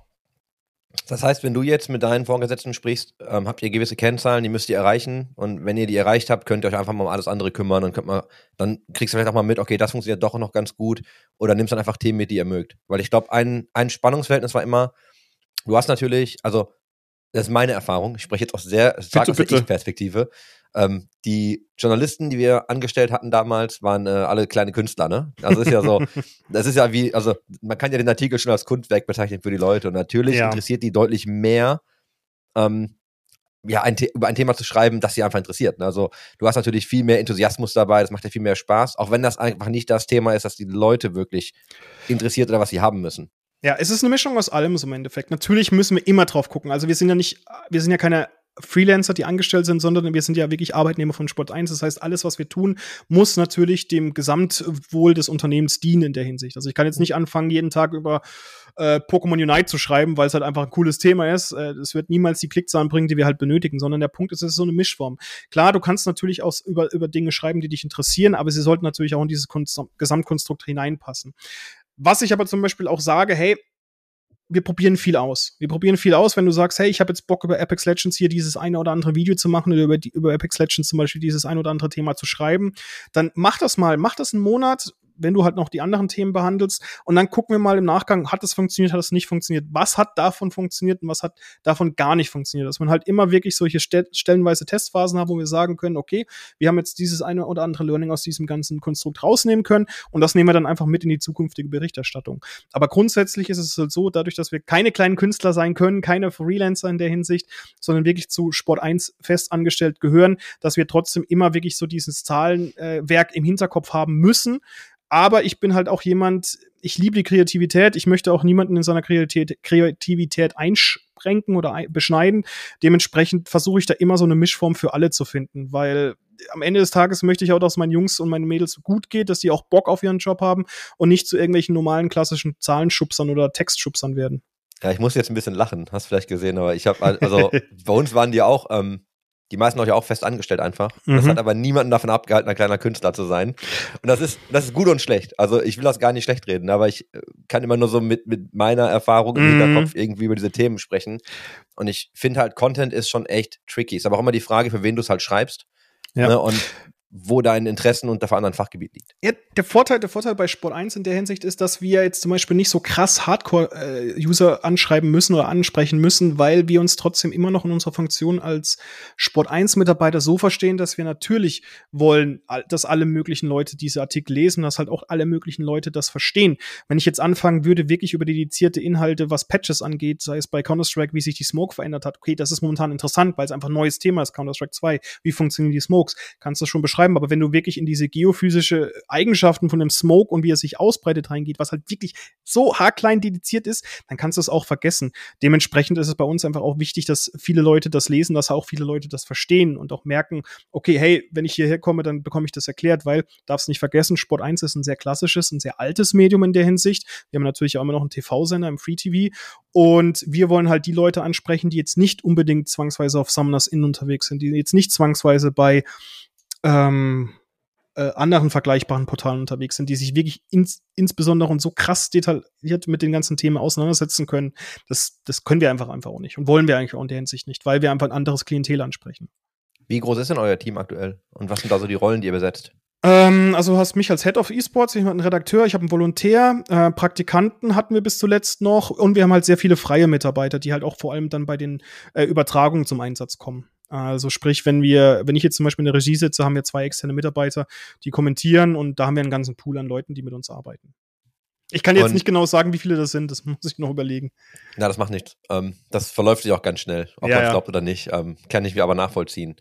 Das heißt, wenn du jetzt mit deinen Vorgesetzten sprichst, ähm, habt ihr gewisse Kennzahlen, die müsst ihr erreichen. Und wenn ihr die erreicht habt, könnt ihr euch einfach mal um alles andere kümmern und könnt mal, dann kriegst du vielleicht auch mal mit, okay, das funktioniert doch noch ganz gut. Oder nimmst dann einfach Themen mit, die ihr mögt. Weil ich glaube, ein, ein Spannungsverhältnis war immer, du hast natürlich, also das ist meine Erfahrung, ich spreche jetzt aus sehr stark aus der Ich-Perspektive. Ähm, die Journalisten, die wir angestellt hatten damals, waren äh, alle kleine Künstler, ne? Also ist ja so, das ist ja wie, also man kann ja den Artikel schon als Kunstwerk bezeichnen für die Leute und natürlich ja. interessiert die deutlich mehr, ähm, ja, ein über ein Thema zu schreiben, das sie einfach interessiert. Ne? Also du hast natürlich viel mehr Enthusiasmus dabei, das macht dir viel mehr Spaß, auch wenn das einfach nicht das Thema ist, das die Leute wirklich interessiert oder was sie haben müssen. Ja, es ist eine Mischung aus allem so im Endeffekt. Natürlich müssen wir immer drauf gucken. Also wir sind ja nicht, wir sind ja keine Freelancer, die angestellt sind, sondern wir sind ja wirklich Arbeitnehmer von Sport eins. Das heißt, alles, was wir tun, muss natürlich dem Gesamtwohl des Unternehmens dienen in der Hinsicht. Also ich kann jetzt nicht anfangen, jeden Tag über äh, Pokémon Unite zu schreiben, weil es halt einfach ein cooles Thema ist. Es äh, wird niemals die Klickzahlen bringen, die wir halt benötigen, sondern der Punkt ist, es ist so eine Mischform. Klar, du kannst natürlich auch über, über Dinge schreiben, die dich interessieren, aber sie sollten natürlich auch in dieses Kunst- Gesamtkonstrukt hineinpassen. Was ich aber zum Beispiel auch sage, hey, wir probieren viel aus. Wir probieren viel aus, wenn du sagst, hey, ich habe jetzt Bock, über Apex Legends hier dieses eine oder andere Video zu machen oder über, die, über Apex Legends zum Beispiel dieses ein oder andere Thema zu schreiben, dann mach das mal. Mach das einen Monat, wenn du halt noch die anderen Themen behandelst und dann gucken wir mal im Nachgang, hat das funktioniert, hat das nicht funktioniert, was hat davon funktioniert und was hat davon gar nicht funktioniert, dass man halt immer wirklich solche stel- stellenweise Testphasen hat, wo wir sagen können, okay, wir haben jetzt dieses eine oder andere Learning aus diesem ganzen Konstrukt rausnehmen können und das nehmen wir dann einfach mit in die zukünftige Berichterstattung. Aber grundsätzlich ist es halt so, dadurch, dass wir keine kleinen Künstler sein können, keine Freelancer in der Hinsicht, sondern wirklich zu Sport eins fest angestellt gehören, dass wir trotzdem immer wirklich so dieses Zahlenwerk äh, im Hinterkopf haben müssen. Aber ich bin halt auch jemand, ich liebe die Kreativität, ich möchte auch niemanden in seiner Kreativität, Kreativität einschränken oder ein, beschneiden. Dementsprechend versuche ich da immer so eine Mischform für alle zu finden, weil am Ende des Tages möchte ich auch, dass es meinen Jungs und meinen Mädels gut geht, dass die auch Bock auf ihren Job haben und nicht zu irgendwelchen normalen klassischen Zahlenschubsern oder Textschubsern werden. Ja, ich muss jetzt ein bisschen lachen, hast du vielleicht gesehen, aber ich habe, also bei uns waren die auch, ähm, die meisten euch auch fest angestellt einfach. Mhm. Das hat aber niemanden davon abgehalten, ein kleiner Künstler zu sein. Und das ist, das ist gut und schlecht. Also ich will das gar nicht schlecht reden, aber ich kann immer nur so mit, mit meiner Erfahrung im mhm. Hinterkopf irgendwie über diese Themen sprechen. Und ich finde halt, Content ist schon echt tricky. Ist aber auch immer die Frage, für wen du es halt schreibst. Ja. Ne? Und wo dein Interessen und dafür anderen Fachgebiet liegt. Ja, der Vorteil, der Vorteil bei Sport eins in der Hinsicht ist, dass wir jetzt zum Beispiel nicht so krass Hardcore-User äh, anschreiben müssen oder ansprechen müssen, weil wir uns trotzdem immer noch in unserer Funktion als Sport eins Mitarbeiter so verstehen, dass wir natürlich wollen, dass alle möglichen Leute diese Artikel lesen, dass halt auch alle möglichen Leute das verstehen. Wenn ich jetzt anfangen würde, wirklich über dedizierte Inhalte, was Patches angeht, sei es bei Counter-Strike, wie sich die Smoke verändert hat, okay, das ist momentan interessant, weil es einfach ein neues Thema ist, Counter-Strike zwei, wie funktionieren die Smokes, kannst du schon beschreiben, aber wenn du wirklich in diese geophysische Eigenschaften von dem Smoke und wie er sich ausbreitet reingeht, was halt wirklich so haarklein dediziert ist, dann kannst du es auch vergessen. Dementsprechend ist es bei uns einfach auch wichtig, dass viele Leute das lesen, dass auch viele Leute das verstehen und auch merken, okay, hey, wenn ich hierher komme, dann bekomme ich das erklärt, weil, darfst nicht vergessen, Sport eins ist ein sehr klassisches, ein sehr altes Medium in der Hinsicht. Wir haben natürlich auch immer noch einen T V-Sender im Free T V und wir wollen halt die Leute ansprechen, die jetzt nicht unbedingt zwangsweise auf Summoners Inn unterwegs sind, die jetzt nicht zwangsweise bei Ähm, äh, anderen vergleichbaren Portalen unterwegs sind, die sich wirklich ins, insbesondere und so krass detailliert mit den ganzen Themen auseinandersetzen können. Das, das können wir einfach einfach auch nicht und wollen wir eigentlich auch in der Hinsicht nicht, weil wir einfach ein anderes Klientel ansprechen. Wie groß ist denn euer Team aktuell? Und was sind da so die Rollen, die ihr besetzt? Ähm, also du hast mich als Head of E-Sports, ich habe einen Redakteur, ich habe einen Volontär, äh, Praktikanten hatten wir bis zuletzt noch und wir haben halt sehr viele freie Mitarbeiter, die halt auch vor allem dann bei den äh, Übertragungen zum Einsatz kommen. Also sprich, wenn wir, wenn ich jetzt zum Beispiel in der Regie sitze, haben wir zwei externe Mitarbeiter, die kommentieren und da haben wir einen ganzen Pool an Leuten, die mit uns arbeiten. Ich kann jetzt und nicht genau sagen, wie viele das sind, das muss ich noch überlegen. Ja, das macht nichts. Ähm, das verläuft sich auch ganz schnell, ob ja, man es ja. glaubt oder nicht, ähm, kann ich mir aber nachvollziehen.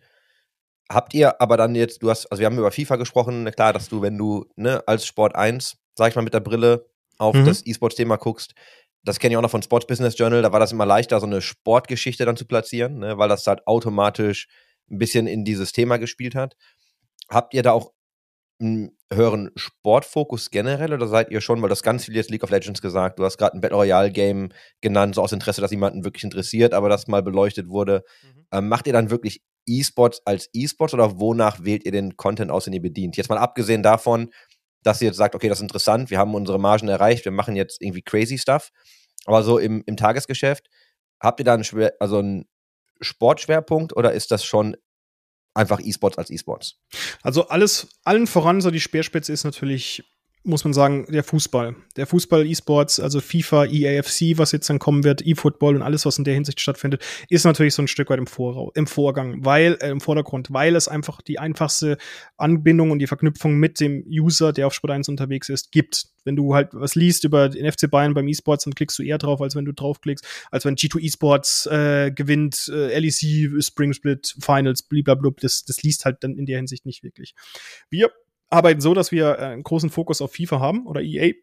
Habt ihr aber dann jetzt, du hast, also wir haben über FIFA gesprochen, klar, dass du, wenn du ne, als Sport eins, sag ich mal, mit der Brille auf mhm. das E-Sports-Thema guckst, das kenne ich auch noch von Sports Business Journal, da war das immer leichter, so eine Sportgeschichte dann zu platzieren, ne, weil das halt automatisch ein bisschen in dieses Thema gespielt hat. Habt ihr da auch einen höheren Sportfokus generell oder seid ihr schon, weil das ganz viel jetzt League of Legends gesagt, du hast gerade ein Battle Royale Game genannt, so aus Interesse, dass jemanden wirklich interessiert, aber das mal beleuchtet wurde. Mhm. Ähm, macht ihr dann wirklich E-Sports als E-Sports oder wonach wählt ihr den Content aus, den ihr bedient? Jetzt mal abgesehen davon, dass ihr jetzt sagt, okay, das ist interessant, wir haben unsere Margen erreicht, wir machen jetzt irgendwie crazy Stuff, aber so im, im Tagesgeschäft, habt ihr da einen, Schwer- also einen Sportschwerpunkt oder ist das schon einfach E-Sports als E-Sports? Also alles, allen voran, so die Speerspitze ist natürlich, muss man sagen, der Fußball. Der Fußball, E-Sports, also FIFA, E A F C, was jetzt dann kommen wird, E-Football und alles, was in der Hinsicht stattfindet, ist natürlich so ein Stück weit im, Vorra- im Vorgang, weil, äh, im Vordergrund, weil es einfach die einfachste Anbindung und die Verknüpfung mit dem User, der auf Sport eins unterwegs ist, gibt. Wenn du halt was liest über den F C Bayern beim E-Sports, dann klickst du eher drauf, als wenn du draufklickst, als wenn G zwei E-Sports äh, gewinnt, äh, L E C, Spring Split, Finals, blablabla, das, das liest halt dann in der Hinsicht nicht wirklich. Wir arbeiten so, dass wir äh, einen großen Fokus auf FIFA haben oder E A.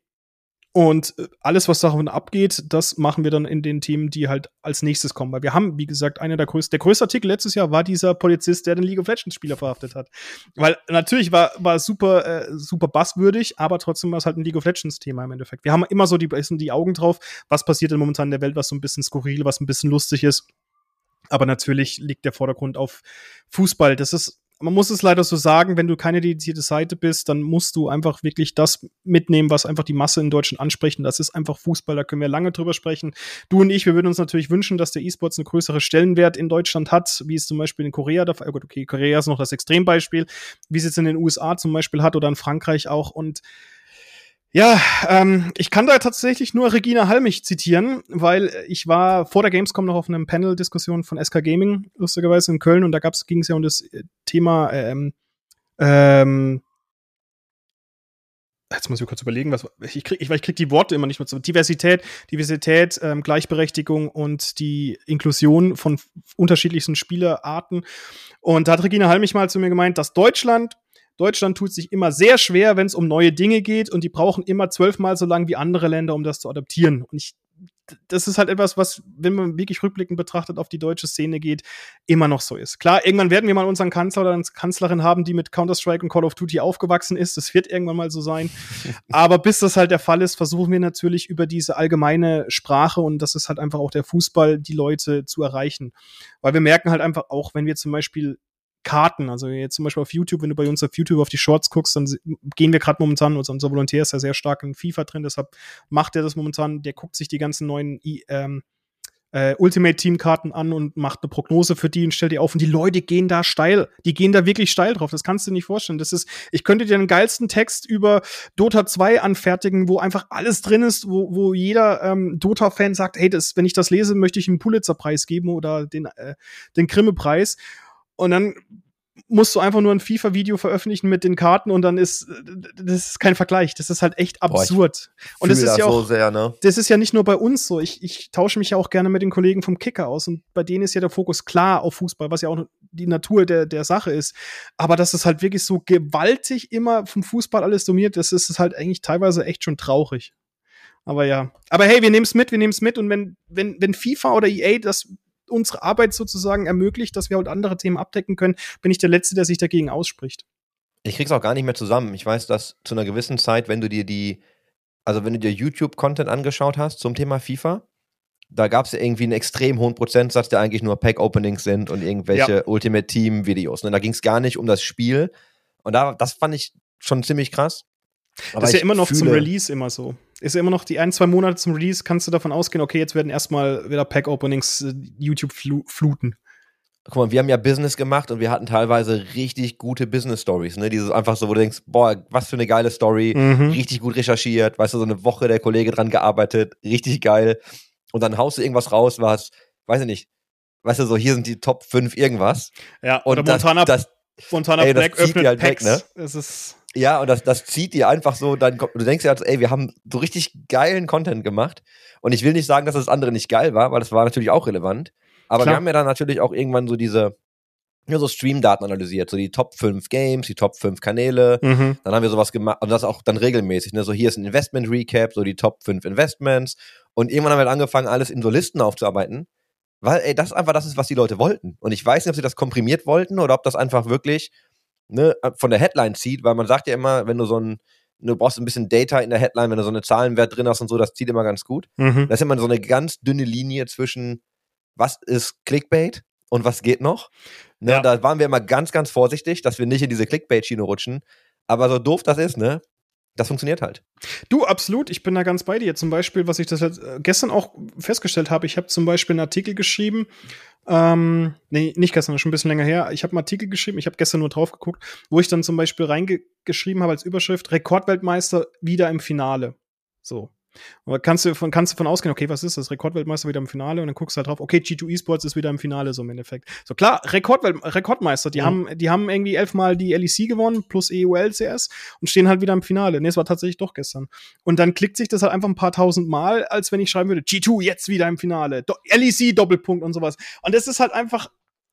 Und äh, alles, was davon abgeht, das machen wir dann in den Themen, die halt als nächstes kommen. Weil wir haben, wie gesagt, einer der größten, der größte Artikel letztes Jahr war dieser Polizist, der den League of Legends Spieler verhaftet hat. Weil natürlich war, war es super, äh, super buzzwürdig, aber trotzdem war es halt ein League of Legends Thema im Endeffekt. Wir haben immer so die, die Augen drauf, was passiert denn momentan in der Welt, was so ein bisschen skurril, was ein bisschen lustig ist. Aber natürlich liegt der Vordergrund auf Fußball. Das ist, man muss es leider so sagen, wenn du keine dedizierte Seite bist, dann musst du einfach wirklich das mitnehmen, was einfach die Masse in Deutschland anspricht. Und das ist einfach Fußball, da können wir lange drüber sprechen. Du und ich, wir würden uns natürlich wünschen, dass der E-Sports einen größeren Stellenwert in Deutschland hat, wie es zum Beispiel in Korea der Fall, oh gut, okay, Korea ist noch das Extrembeispiel, wie es jetzt in den U S A zum Beispiel hat oder in Frankreich auch. Und ja, ähm, ich kann da tatsächlich nur Regina Halmich zitieren, weil ich war vor der Gamescom noch auf einer Panel-Diskussion von S K Gaming, lustigerweise in Köln, und da ging es ja um das Thema ähm, ähm, jetzt muss ich kurz überlegen, was ich krieg, ich, ich krieg die Worte immer nicht mehr zu. Diversität, Diversität, ähm, Gleichberechtigung und die Inklusion von f- unterschiedlichsten Spielerarten. Und da hat Regina Halmich mal zu mir gemeint, dass Deutschland Deutschland tut sich immer sehr schwer, wenn es um neue Dinge geht, und die brauchen immer zwölfmal so lang wie andere Länder, um das zu adaptieren. Und ich, das ist halt etwas, was, wenn man wirklich rückblickend betrachtet auf die deutsche Szene geht, immer noch so ist. Klar, irgendwann werden wir mal unseren Kanzler oder eine Kanzlerin haben, die mit Counter-Strike und Call of Duty aufgewachsen ist. Das wird irgendwann mal so sein. Aber bis das halt der Fall ist, versuchen wir natürlich über diese allgemeine Sprache, und das ist halt einfach auch der Fußball, die Leute zu erreichen. Weil wir merken halt einfach auch, wenn wir zum Beispiel Karten, also jetzt zum Beispiel auf YouTube, wenn du bei uns auf YouTube auf die Shorts guckst, dann gehen wir gerade momentan, unser, unser Volontär ist ja sehr stark in FIFA drin, deshalb macht er das momentan, der guckt sich die ganzen neuen ähm, äh, Ultimate-Team-Karten an und macht eine Prognose für die und stellt die auf, und die Leute gehen da steil, die gehen da wirklich steil drauf, das kannst du dir nicht vorstellen. Das ist, ich könnte dir den geilsten Text über Dota zwei anfertigen, wo einfach alles drin ist, wo, wo jeder ähm, Dota-Fan sagt, hey, das, wenn ich das lese, möchte ich einen Pulitzer-Preis geben oder den, äh, den Grimme-Preis. Und dann musst du einfach nur ein FIFA-Video veröffentlichen mit den Karten, und dann ist das ist kein Vergleich. Das ist halt echt absurd. Boah, und das ist das ja auch so sehr, ne? Das ist ja nicht nur bei uns so. Ich, ich tausche mich ja auch gerne mit den Kollegen vom Kicker aus, und bei denen ist ja der Fokus klar auf Fußball, was ja auch die Natur der, der Sache ist. Aber dass es halt wirklich so gewaltig immer vom Fußball alles dominiert, das ist halt eigentlich teilweise echt schon traurig. Aber ja. Aber hey, wir nehmen es mit, wir nehmen es mit. Und wenn, wenn, wenn FIFA oder E A das unsere Arbeit sozusagen ermöglicht, dass wir halt andere Themen abdecken können, bin ich der Letzte, der sich dagegen ausspricht. Ich krieg's auch gar nicht mehr zusammen. Ich weiß, dass zu einer gewissen Zeit, wenn du dir die, also wenn du dir YouTube-Content angeschaut hast zum Thema FIFA, da gab es ja irgendwie einen extrem hohen Prozentsatz, der eigentlich nur Pack-Openings sind und irgendwelche ja. Ultimate-Team-Videos. Ne? Da ging es gar nicht um das Spiel. Und da, das fand ich schon ziemlich krass. Aber das ist ja immer noch zum Release immer so. Ist ja immer noch die ein, zwei Monate zum Release, kannst du davon ausgehen, okay, jetzt werden erstmal wieder Pack-Openings äh, YouTube flu- fluten. guck mal, wir haben ja Business gemacht und wir hatten teilweise richtig gute Business-Stories, ne? Dieses einfach so, wo du denkst, boah, was für eine geile Story, Mhm. richtig gut recherchiert, weißt du, so eine Woche der Kollege dran gearbeitet, richtig geil. Und dann haust du irgendwas raus, was, weiß ich nicht, weißt du, so hier sind die Top fünf irgendwas. Ja, und oder das, Montana, das, Montana ey, das Black zieht öffnet die halt Packs. weg, ne? Es ist Ja, und das, das zieht dir einfach so, dann, du denkst dir halt, ey, wir haben so richtig geilen Content gemacht. Und ich will nicht sagen, dass das andere nicht geil war, weil das war natürlich auch relevant. Aber Klar. wir haben ja dann natürlich auch irgendwann so diese, ja, so Streamdaten analysiert, so die Top fünf Games, die Top fünf Kanäle. Mhm. Dann haben wir sowas gemacht, und das auch dann regelmäßig, ne? So hier ist ein Investment-Recap, so die Top fünf Investments. Und irgendwann haben wir halt angefangen, alles in so Listen aufzuarbeiten. Weil, ey, das einfach das ist, was die Leute wollten. Und ich weiß nicht, ob sie das komprimiert wollten oder ob das einfach wirklich, ne, von der Headline zieht, weil man sagt ja immer, wenn du so ein, du brauchst ein bisschen Data in der Headline, wenn du so eine Zahlenwert drin hast und so, das zieht immer ganz gut. Mhm. Das ist immer so eine ganz dünne Linie zwischen, was ist Clickbait und was geht noch. Ne, Ja. Da waren wir immer ganz, ganz vorsichtig, dass wir nicht in diese Clickbait-Schiene rutschen. Aber so doof das ist, ne, das funktioniert halt. Du, absolut, ich bin da ganz bei dir. Zum Beispiel, was ich das jetzt, äh, gestern auch festgestellt habe, ich habe zum Beispiel einen Artikel geschrieben, ähm, nee, nicht gestern, das ist schon ein bisschen länger her. Ich habe einen Artikel geschrieben, ich habe gestern nur drauf geguckt, wo ich dann zum Beispiel reingeschrieben habe als Überschrift, Rekordweltmeister wieder im Finale. So. Aber kannst du von, kannst du von ausgehen, okay, was ist das? Rekordweltmeister wieder im Finale, und dann guckst du halt drauf, okay, G zwei Esports ist wieder im Finale, so im Endeffekt. So klar, Rekordwelt Rekordmeister, die, mhm. haben, die haben irgendwie elfmal die L E C gewonnen, plus E U L C S und stehen halt wieder im Finale. Nee, es war tatsächlich doch gestern. Und dann klickt sich das halt einfach ein paar tausend Mal, als wenn ich schreiben würde, G zwei jetzt wieder im Finale, Do- L E C Doppelpunkt und sowas. Und das ist halt einfach,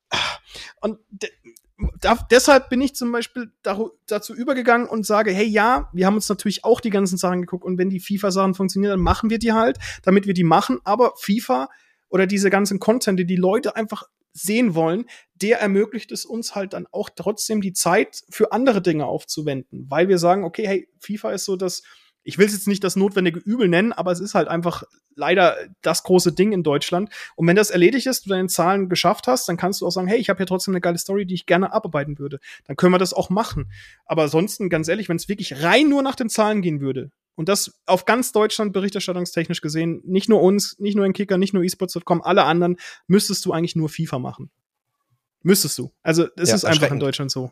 und Da, deshalb bin ich zum Beispiel daru, dazu übergegangen und sage, hey, ja, wir haben uns natürlich auch die ganzen Sachen geguckt, und wenn die FIFA-Sachen funktionieren, dann machen wir die halt, damit wir die machen, aber FIFA oder diese ganzen Content, die die Leute einfach sehen wollen, der ermöglicht es uns halt dann auch trotzdem die Zeit für andere Dinge aufzuwenden, weil wir sagen, okay, hey, FIFA ist so das, ich will es jetzt nicht das notwendige Übel nennen, aber es ist halt einfach leider das große Ding in Deutschland. Und wenn das erledigt ist, du deine Zahlen geschafft hast, dann kannst du auch sagen, hey, ich habe hier trotzdem eine geile Story, die ich gerne abarbeiten würde. Dann können wir das auch machen. Aber ansonsten, ganz ehrlich, wenn es wirklich rein nur nach den Zahlen gehen würde, und das auf ganz Deutschland berichterstattungstechnisch gesehen, nicht nur uns, nicht nur in Kicker, nicht nur esports Punkt com, alle anderen, müsstest du eigentlich nur FIFA machen. Müsstest du. Also es Ja, ist einfach in Deutschland so.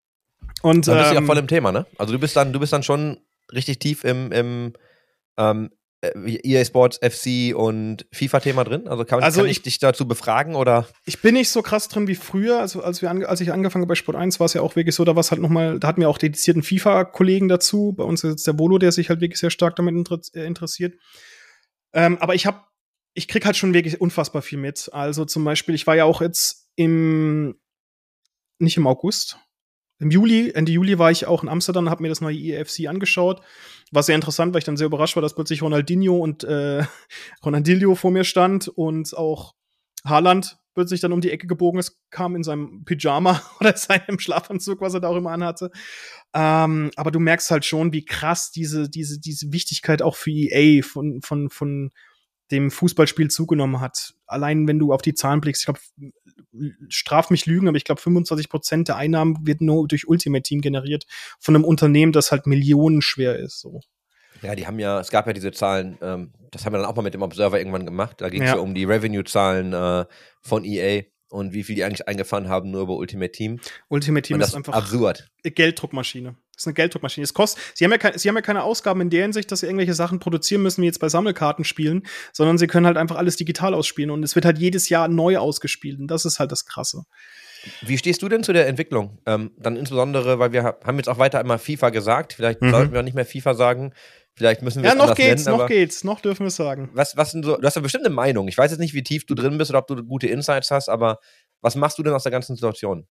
Und dann bist du ähm, ja voll im Thema, ne? Also du bist dann, du bist dann schon richtig tief im, im ähm, E A Sports, F C und FIFA-Thema drin? Also kann, also kann ich, ich dich dazu befragen, oder? Ich bin nicht so krass drin wie früher. Also als wir ange- als ich angefangen habe bei Sport eins, war es ja auch wirklich so, da war es halt noch mal, da hatten wir auch dedizierten FIFA-Kollegen dazu. Bei uns ist jetzt der Volo, der sich halt wirklich sehr stark damit inter- äh, interessiert. Ähm, aber ich habe, ich krieg halt schon wirklich unfassbar viel mit. Also zum Beispiel, ich war ja auch jetzt im, nicht im August, im Juli, Ende Juli war ich auch in Amsterdam und habe mir das neue E A F C angeschaut. War sehr interessant, weil ich dann sehr überrascht war, dass plötzlich Ronaldinho und äh, Ronaldinho vor mir stand und auch Haaland plötzlich dann um die Ecke gebogen ist, kam in seinem Pyjama oder seinem Schlafanzug, was er da auch immer anhatte. Ähm, aber du merkst halt schon, wie krass diese, diese, diese Wichtigkeit auch für E A von, von, von dem Fußballspiel zugenommen hat. Allein wenn du auf die Zahlen blickst, ich glaube, straf mich Lügen, aber ich glaube, fünfundzwanzig Prozent der Einnahmen wird nur durch Ultimate Team generiert von einem Unternehmen, das halt millionenschwer ist. So. Ja, die haben ja, es gab ja diese Zahlen, ähm, das haben wir dann auch mal mit dem Observer irgendwann gemacht. Da ging es Ja. ja um die Revenue-Zahlen äh, von E A und wie viel die eigentlich eingefahren haben, nur über Ultimate Team. Ultimate Team und das ist einfach absurd. eine Gelddruckmaschine. Das ist eine Gelddruckmaschine. Es kostet, sie haben ja kein, sie haben ja keine Ausgaben in der Hinsicht, dass sie irgendwelche Sachen produzieren müssen, wie jetzt bei Sammelkarten spielen, sondern sie können halt einfach alles digital ausspielen, und es wird halt jedes Jahr neu ausgespielt, und das ist halt das Krasse. Wie stehst du denn zu der Entwicklung? Ähm, dann insbesondere, weil wir haben jetzt auch weiter einmal FIFA gesagt, vielleicht Mhm. sollten wir nicht mehr FIFA sagen, vielleicht müssen wir Ja, es noch anders geht's, nennen, noch aber geht's, noch dürfen wir es sagen. was, was sind so, du hast ja bestimmt eine Meinung. Ich weiß jetzt nicht, wie tief du drin bist oder ob du gute Insights hast, aber was machst du denn aus der ganzen Situation?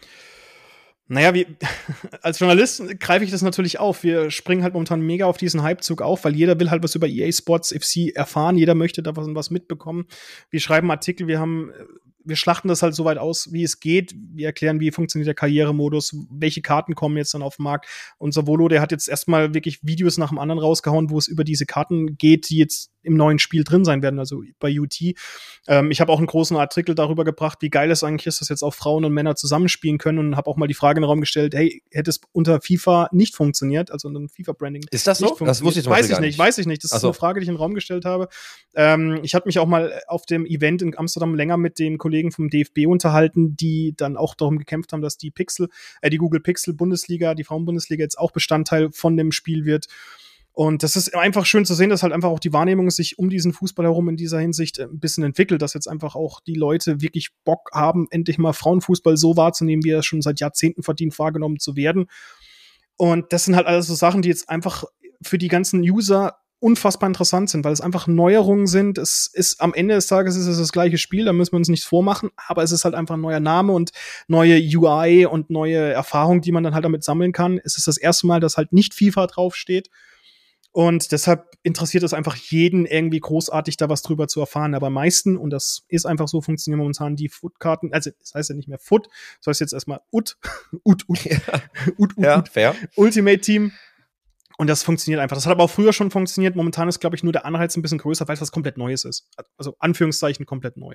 Naja, wie, als Journalist greife ich das natürlich auf. Wir springen halt momentan mega auf diesen Hypezug auf, weil jeder will halt was über E A Sports F C erfahren. Jeder möchte da was, was mitbekommen. Wir schreiben Artikel, wir haben, wir schlachten das halt so weit aus, wie es geht. Wir erklären, wie funktioniert der Karrieremodus, welche Karten kommen jetzt dann auf den Markt. Unser Volo, der hat jetzt erstmal wirklich Videos nach dem anderen rausgehauen, wo es über diese Karten geht, die jetzt im neuen Spiel drin sein werden, also bei U T. Ähm, ich habe auch einen großen Artikel darüber gebracht, wie geil es eigentlich ist, dass jetzt auch Frauen und Männer zusammenspielen können, und habe auch mal die Frage in den Raum gestellt, hey, hätte es unter FIFA nicht funktioniert, also unter dem FIFA-Branding Ist das so? nicht funktioniert? Das wusste ich zum Weiß Beispiel ich gar nicht, nicht. weiß ich nicht. Das Ach ist so. eine Frage, die ich in den Raum gestellt habe. Ähm, ich hatte mich auch mal auf dem Event in Amsterdam länger mit dem Kollegen vom D F B unterhalten, die dann auch darum gekämpft haben, dass die Pixel, äh, die Google Pixel Bundesliga, die Frauenbundesliga jetzt auch Bestandteil von dem Spiel wird. Und das ist einfach schön zu sehen, dass halt einfach auch die Wahrnehmung sich um diesen Fußball herum in dieser Hinsicht ein bisschen entwickelt, dass jetzt einfach auch die Leute wirklich Bock haben, endlich mal Frauenfußball so wahrzunehmen, wie er schon seit Jahrzehnten verdient, wahrgenommen zu werden. Und das sind halt alles so Sachen, die jetzt einfach für die ganzen User unfassbar interessant sind, weil es einfach Neuerungen sind. Es ist am Ende des Tages ist es das gleiche Spiel, da müssen wir uns nichts vormachen, aber es ist halt einfach ein neuer Name und neue U I und neue Erfahrungen, die man dann halt damit sammeln kann. Es ist das erste Mal, dass halt nicht FIFA draufsteht. Und deshalb interessiert es einfach jeden irgendwie großartig, da was drüber zu erfahren. Aber am meisten, und das ist einfach so, funktionieren momentan die Foot-Karten, also das heißt ja nicht mehr Foot, das heißt jetzt erstmal U T, U T, U T, Ja, U T, U T, ja, fair. Ultimate Team. Und das funktioniert einfach. Das hat aber auch früher schon funktioniert. Momentan ist, glaube ich, nur der Anreiz ein bisschen größer, weil es was komplett Neues ist. Also Anführungszeichen komplett neu.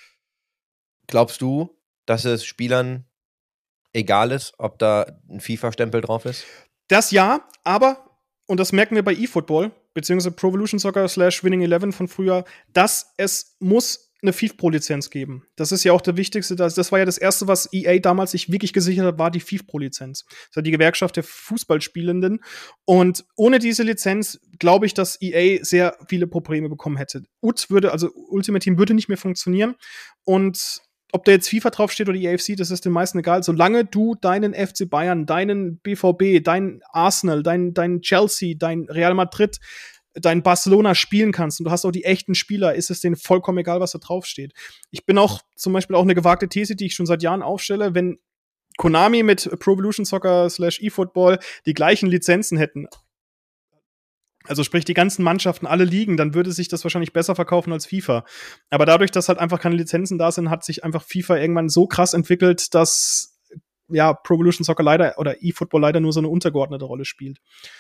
Glaubst du, dass es Spielern egal ist, ob da ein FIFA-Stempel drauf ist? Das ja, aber und das merken wir bei eFootball, beziehungsweise Pro Evolution Soccer slash Winning Eleven von früher, dass es muss eine FIFA Pro-Lizenz geben. Das ist ja auch der wichtigste, das, das war ja das erste, was E A damals sich wirklich gesichert hat, war die FIFA Pro-Lizenz. Das war die Gewerkschaft der Fußballspielenden. Und ohne diese Lizenz glaube ich, dass E A sehr viele Probleme bekommen hätte. U T würde, also Ultimate Team würde nicht mehr funktionieren. Und ob da jetzt FIFA draufsteht oder E A F C, das ist den meisten egal. Solange du deinen F C Bayern, deinen B V B, dein Arsenal, dein, dein Chelsea, dein Real Madrid, dein Barcelona spielen kannst und du hast auch die echten Spieler, ist es denen vollkommen egal, was da draufsteht. Ich bin auch zum Beispiel auch eine gewagte These, die ich schon seit Jahren aufstelle, wenn Konami mit Pro Evolution Soccer slash eFootball die gleichen Lizenzen hätten, also sprich die ganzen Mannschaften, alle Ligen, dann würde sich das wahrscheinlich besser verkaufen als FIFA. Aber dadurch, dass halt einfach keine Lizenzen da sind, hat sich einfach FIFA irgendwann so krass entwickelt, dass ja Pro Evolution Soccer leider oder eFootball leider nur so eine untergeordnete Rolle spielt.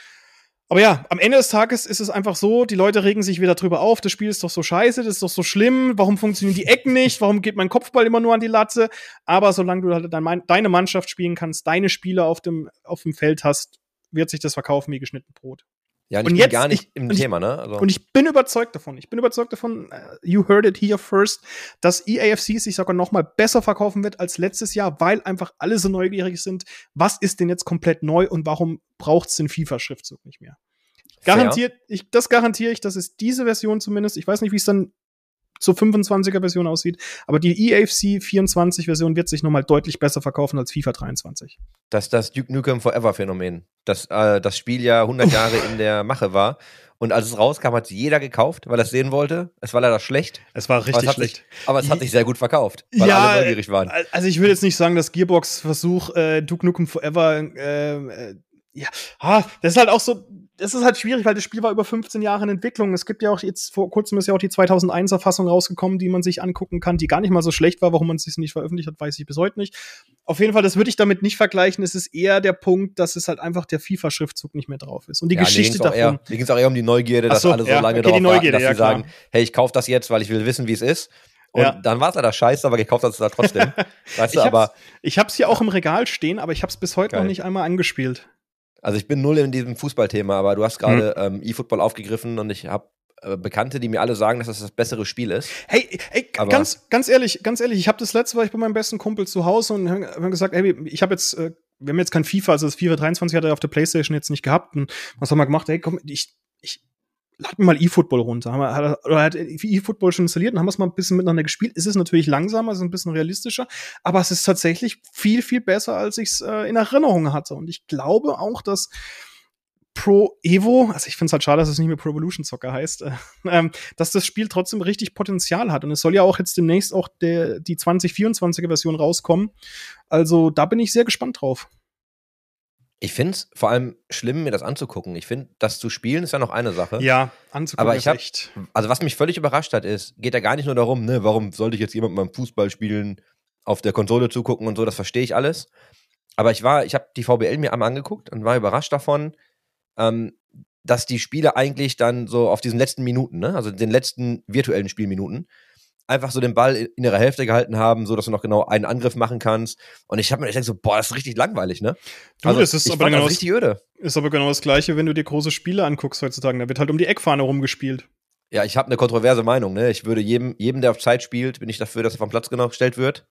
Aber ja, am Ende des Tages ist es einfach so, die Leute regen sich wieder drüber auf, das Spiel ist doch so scheiße, das ist doch so schlimm, warum funktionieren die Ecken nicht, warum geht mein Kopfball immer nur an die Latte? Aber solange du halt dein, deine Mannschaft spielen kannst, deine Spieler auf dem, auf dem Feld hast, wird sich das verkaufen wie geschnitten Brot. Ja, und, und ich jetzt bin gar nicht ich, im und Thema, ich, ne? Also. Und ich bin überzeugt davon, ich bin überzeugt davon, uh, you heard it here first, dass E A F C sich sogar noch mal besser verkaufen wird als letztes Jahr, weil einfach alle so neugierig sind, was ist denn jetzt komplett neu und warum braucht es den FIFA-Schriftzug nicht mehr? Garantiert, ich, das garantiere ich, das ist diese Version zumindest, ich weiß nicht, wie es dann zur fünfundzwanziger-Version aussieht, aber die E A F C vierundzwanzig-Version wird sich noch mal deutlich besser verkaufen als FIFA dreiundzwanzig. Das ist das Duke Nukem Forever-Phänomen, dass äh, das Spiel ja hundert Jahre in der Mache war und als es rauskam, hat es jeder gekauft, weil er es sehen wollte. Es war leider schlecht. Es war richtig aber schlecht. Sich, aber es hat sich sehr gut verkauft, weil ja, alle neugierig waren. Also ich will jetzt nicht sagen, dass Gearbox Versuch äh, Duke Nukem Forever äh, äh, ja, ah, das ist halt auch so, das ist halt schwierig, weil das Spiel war über fünfzehn Jahre in Entwicklung. Es gibt ja auch jetzt, vor kurzem ist ja auch die zweitausendeiner Fassung rausgekommen, die man sich angucken kann, die gar nicht mal so schlecht war. Warum man es sich nicht veröffentlicht hat, weiß ich bis heute nicht. Auf jeden Fall, das würde ich damit nicht vergleichen. Es ist eher der Punkt, dass es halt einfach der FIFA-Schriftzug nicht mehr drauf ist. Und die ja, Geschichte davon. Eher, mir ging es auch eher um die Neugierde, dass so, alle so ja, lange okay, darauf Neugierde, warten, dass ja, sie sagen, hey, ich kauf das jetzt, weil ich will wissen, wie es ist. Und ja. dann war es leider scheiße, aber gekauft hast du da trotzdem. Weißt du, ich aber. Hab's, ich hab's hier auch im Regal stehen, aber ich hab's bis heute Geil. noch nicht einmal angespielt. Also ich bin null in diesem Fußballthema, aber du hast gerade hm. ähm, eFootball aufgegriffen und ich habe äh, Bekannte, die mir alle sagen, dass das das bessere Spiel ist. Hey, hey aber ganz, ganz ehrlich, ganz ehrlich, ich habe das letzte, war ich bei meinem besten Kumpel zu Hause und haben gesagt, hey, ich habe jetzt, äh, wir haben jetzt kein FIFA, also das FIFA dreiundzwanzig hat er auf der PlayStation jetzt nicht gehabt. Und was haben wir gemacht? Hey, komm, ich, ich lad mir mal eFootball runter. Haben wir, hat, oder hat eFootball schon installiert und haben wir es mal ein bisschen miteinander gespielt. Es ist natürlich langsamer, es ist ein bisschen realistischer, aber es ist tatsächlich viel, viel besser, als ich es äh, in Erinnerung hatte. Und ich glaube auch, dass Pro Evo, also ich finde es halt schade, dass es nicht mehr Pro Evolution Soccer heißt, äh, ähm, dass das Spiel trotzdem richtig Potenzial hat. Und es soll ja auch jetzt demnächst auch der, die zwanzig vierundzwanziger Version rauskommen. Also da bin ich sehr gespannt drauf. Ich finde es vor allem schlimm, mir das anzugucken. Ich finde, das zu spielen ist ja noch eine Sache. Ja, anzugucken aber ich hab, ist echt. Also was mich völlig überrascht hat, ist, geht ja gar nicht nur darum, ne, warum sollte ich jetzt jemand beim Fußball spielen, auf der Konsole zugucken und so, das verstehe ich alles. Aber ich war, ich habe die V B L mir einmal angeguckt und war überrascht davon, ähm, dass die Spiele eigentlich dann so auf diesen letzten Minuten, ne, also den letzten virtuellen Spielminuten, einfach so den Ball in ihrer Hälfte gehalten haben, so dass du noch genau einen Angriff machen kannst. Und ich habe mir gedacht so, boah, das ist richtig langweilig, ne? Du, also, das ist ich aber fand genau das richtig öde. Ist aber genau das Gleiche, wenn du dir große Spiele anguckst heutzutage. Da wird halt um die Eckfahne rumgespielt. Ja, ich habe eine kontroverse Meinung, ne? Ich würde jedem, jedem, der auf Zeit spielt, bin ich dafür, dass er vom Platz gestellt wird.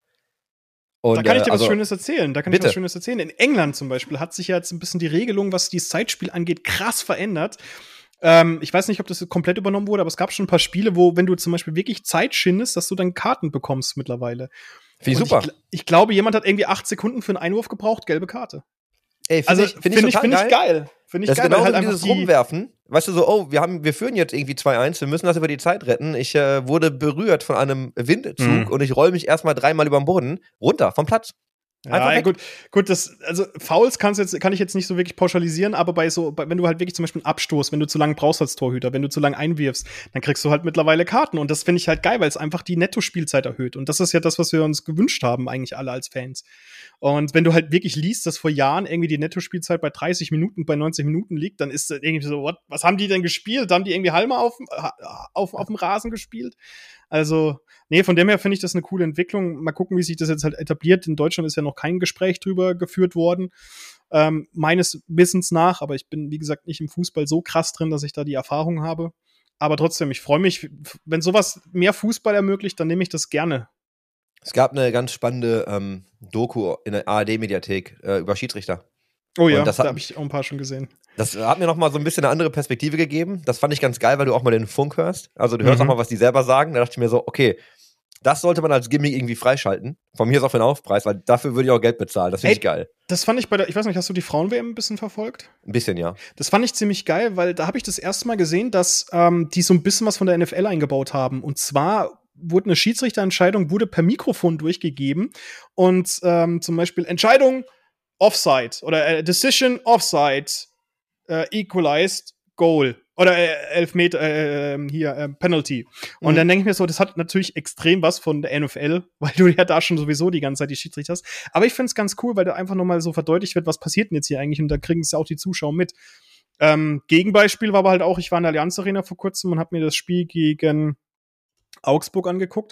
Und, da kann ich dir äh, also, was Schönes erzählen. Da kann bitte. ich was Schönes erzählen. In England zum Beispiel hat sich ja jetzt ein bisschen die Regelung, was dieses Zeitspiel angeht, krass verändert. Ähm, ich weiß nicht, ob das komplett übernommen wurde, aber es gab schon ein paar Spiele, wo, wenn du zum Beispiel wirklich Zeit schindest, dass du dann Karten bekommst mittlerweile. Finde ich super. Ich, ich glaube, jemand hat irgendwie acht Sekunden für einen Einwurf gebraucht, gelbe Karte. Ey, finde also, ich, find ich, find ich, find ich geil. geil. Finde ich das geil. ist genau halt so dieses die Rumwerfen. Weißt du, so, oh, wir, haben, wir führen jetzt irgendwie zwei eins, wir müssen das über die Zeit retten. Ich äh, wurde berührt von einem Windzug mhm. und ich roll mich erstmal dreimal über den Boden runter vom Platz. Ja, ja, gut, gut, das, also Fouls kannst jetzt, kann ich jetzt nicht so wirklich pauschalisieren, aber bei so, bei, wenn du halt wirklich zum Beispiel einen Abstoß, wenn du zu lange brauchst als Torhüter, wenn du zu lange einwirfst, dann kriegst du halt mittlerweile Karten und das finde ich halt geil, weil es einfach die Nettospielzeit erhöht und das ist ja das, was wir uns gewünscht haben, eigentlich alle als Fans. Und wenn du halt wirklich liest, dass vor Jahren irgendwie die Nettospielzeit bei dreißig Minuten, bei neunzig Minuten liegt, dann ist das irgendwie so, what, was haben die denn gespielt? Haben die irgendwie Halme auf, auf, auf dem Rasen gespielt? Also, nee, von dem her finde ich das eine coole Entwicklung. Mal gucken, wie sich das jetzt halt etabliert. In Deutschland ist ja noch kein Gespräch drüber geführt worden, ähm, meines Wissens nach. Aber ich bin, wie gesagt, nicht im Fußball so krass drin, dass ich da die Erfahrung habe. Aber trotzdem, ich freue mich, wenn sowas mehr Fußball ermöglicht, dann nehme ich das gerne. Es gab eine ganz spannende ähm, Doku in der A R D-Mediathek äh, über Schiedsrichter. Oh ja, das hat, da habe ich auch ein paar schon gesehen. Das hat mir noch mal so ein bisschen eine andere Perspektive gegeben. Das fand ich ganz geil, weil du auch mal den Funk hörst. Also du hörst mhm. auch mal, was die selber sagen. Da dachte ich mir so, okay, das sollte man als Gimmick irgendwie freischalten. Von mir ist auch für den Aufpreis, weil dafür würde ich auch Geld bezahlen. Das finde ich geil. Das fand ich bei der, ich weiß nicht, hast du die Frauen-W M ein bisschen verfolgt? Ein bisschen, ja. Das fand ich ziemlich geil, weil da habe ich das erste Mal gesehen, dass ähm, die so ein bisschen was von der N F L eingebaut haben. Und zwar wurde eine Schiedsrichterentscheidung wurde per Mikrofon durchgegeben. Und ähm, zum Beispiel Entscheidung Offside oder äh, Decision Offside äh, equalized Goal oder äh, Elfmeter äh, hier äh, Penalty. Und mhm. dann denke ich mir so, das hat natürlich extrem was von der N F L, weil du ja da schon sowieso die ganze Zeit die Schiedsrichter hast. Aber ich finde es ganz cool, weil da einfach nochmal so verdeutlicht wird, was passiert denn jetzt hier eigentlich und da kriegen es ja auch die Zuschauer mit. Ähm, Gegenbeispiel war aber halt auch, ich war in der Allianz Arena vor kurzem und habe mir das Spiel gegen Augsburg angeguckt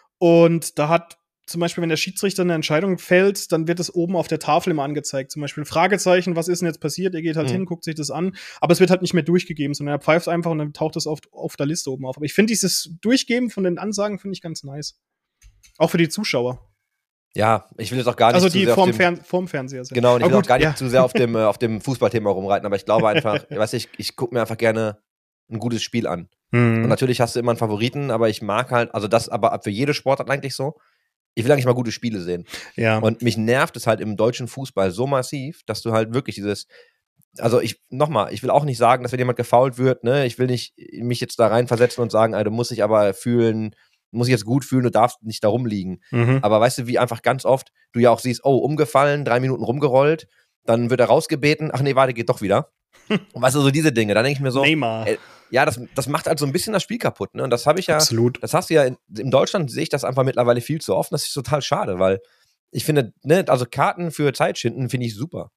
und da hat zum Beispiel, wenn der Schiedsrichter eine Entscheidung fällt, dann wird es oben auf der Tafel immer angezeigt. Zum Beispiel ein Fragezeichen, was ist denn jetzt passiert? Er geht halt mhm. hin, guckt sich das an, aber es wird halt nicht mehr durchgegeben, sondern er pfeift einfach und dann taucht es auf, auf der Liste oben auf. Aber ich finde dieses Durchgeben von den Ansagen finde ich ganz nice. Auch für die Zuschauer. Ja, ich will jetzt auch gar nicht also zu die sehr vorm, auf dem, Fern- vorm Fernseher sind. Genau, und ich will gut, auch gar nicht ja. zu sehr auf dem, äh, auf dem Fußballthema rumreiten, aber ich glaube einfach, weißt du, ich, ich gucke mir einfach gerne ein gutes Spiel an. Mhm. Und natürlich hast du immer einen Favoriten, aber ich mag halt, also das aber für jede Sportart eigentlich so, ich will eigentlich mal gute Spiele sehen. Ja. Und mich nervt es halt im deutschen Fußball so massiv, dass du halt wirklich dieses, also ich, nochmal, ich will auch nicht sagen, dass wenn jemand gefoult wird, ne, ich will nicht mich jetzt da reinversetzen und sagen, ey, du musst dich aber fühlen, muss ich jetzt gut fühlen, du darfst nicht da rumliegen. Mhm. Aber weißt du, wie einfach ganz oft du ja auch siehst, oh, umgefallen, drei Minuten rumgerollt, dann wird er rausgebeten, ach nee, warte, geht doch wieder. Und weißt du, so diese Dinge, dann denke ich mir so, Neymar. Ey, ja, das, das macht halt so ein bisschen das Spiel kaputt, ne? Und das habe ich ja, Absolut. Das hast du ja, in, in Deutschland sehe ich das einfach mittlerweile viel zu oft, das ist total schade, weil ich finde, ne, also Karten für Zeitschinden finde ich super.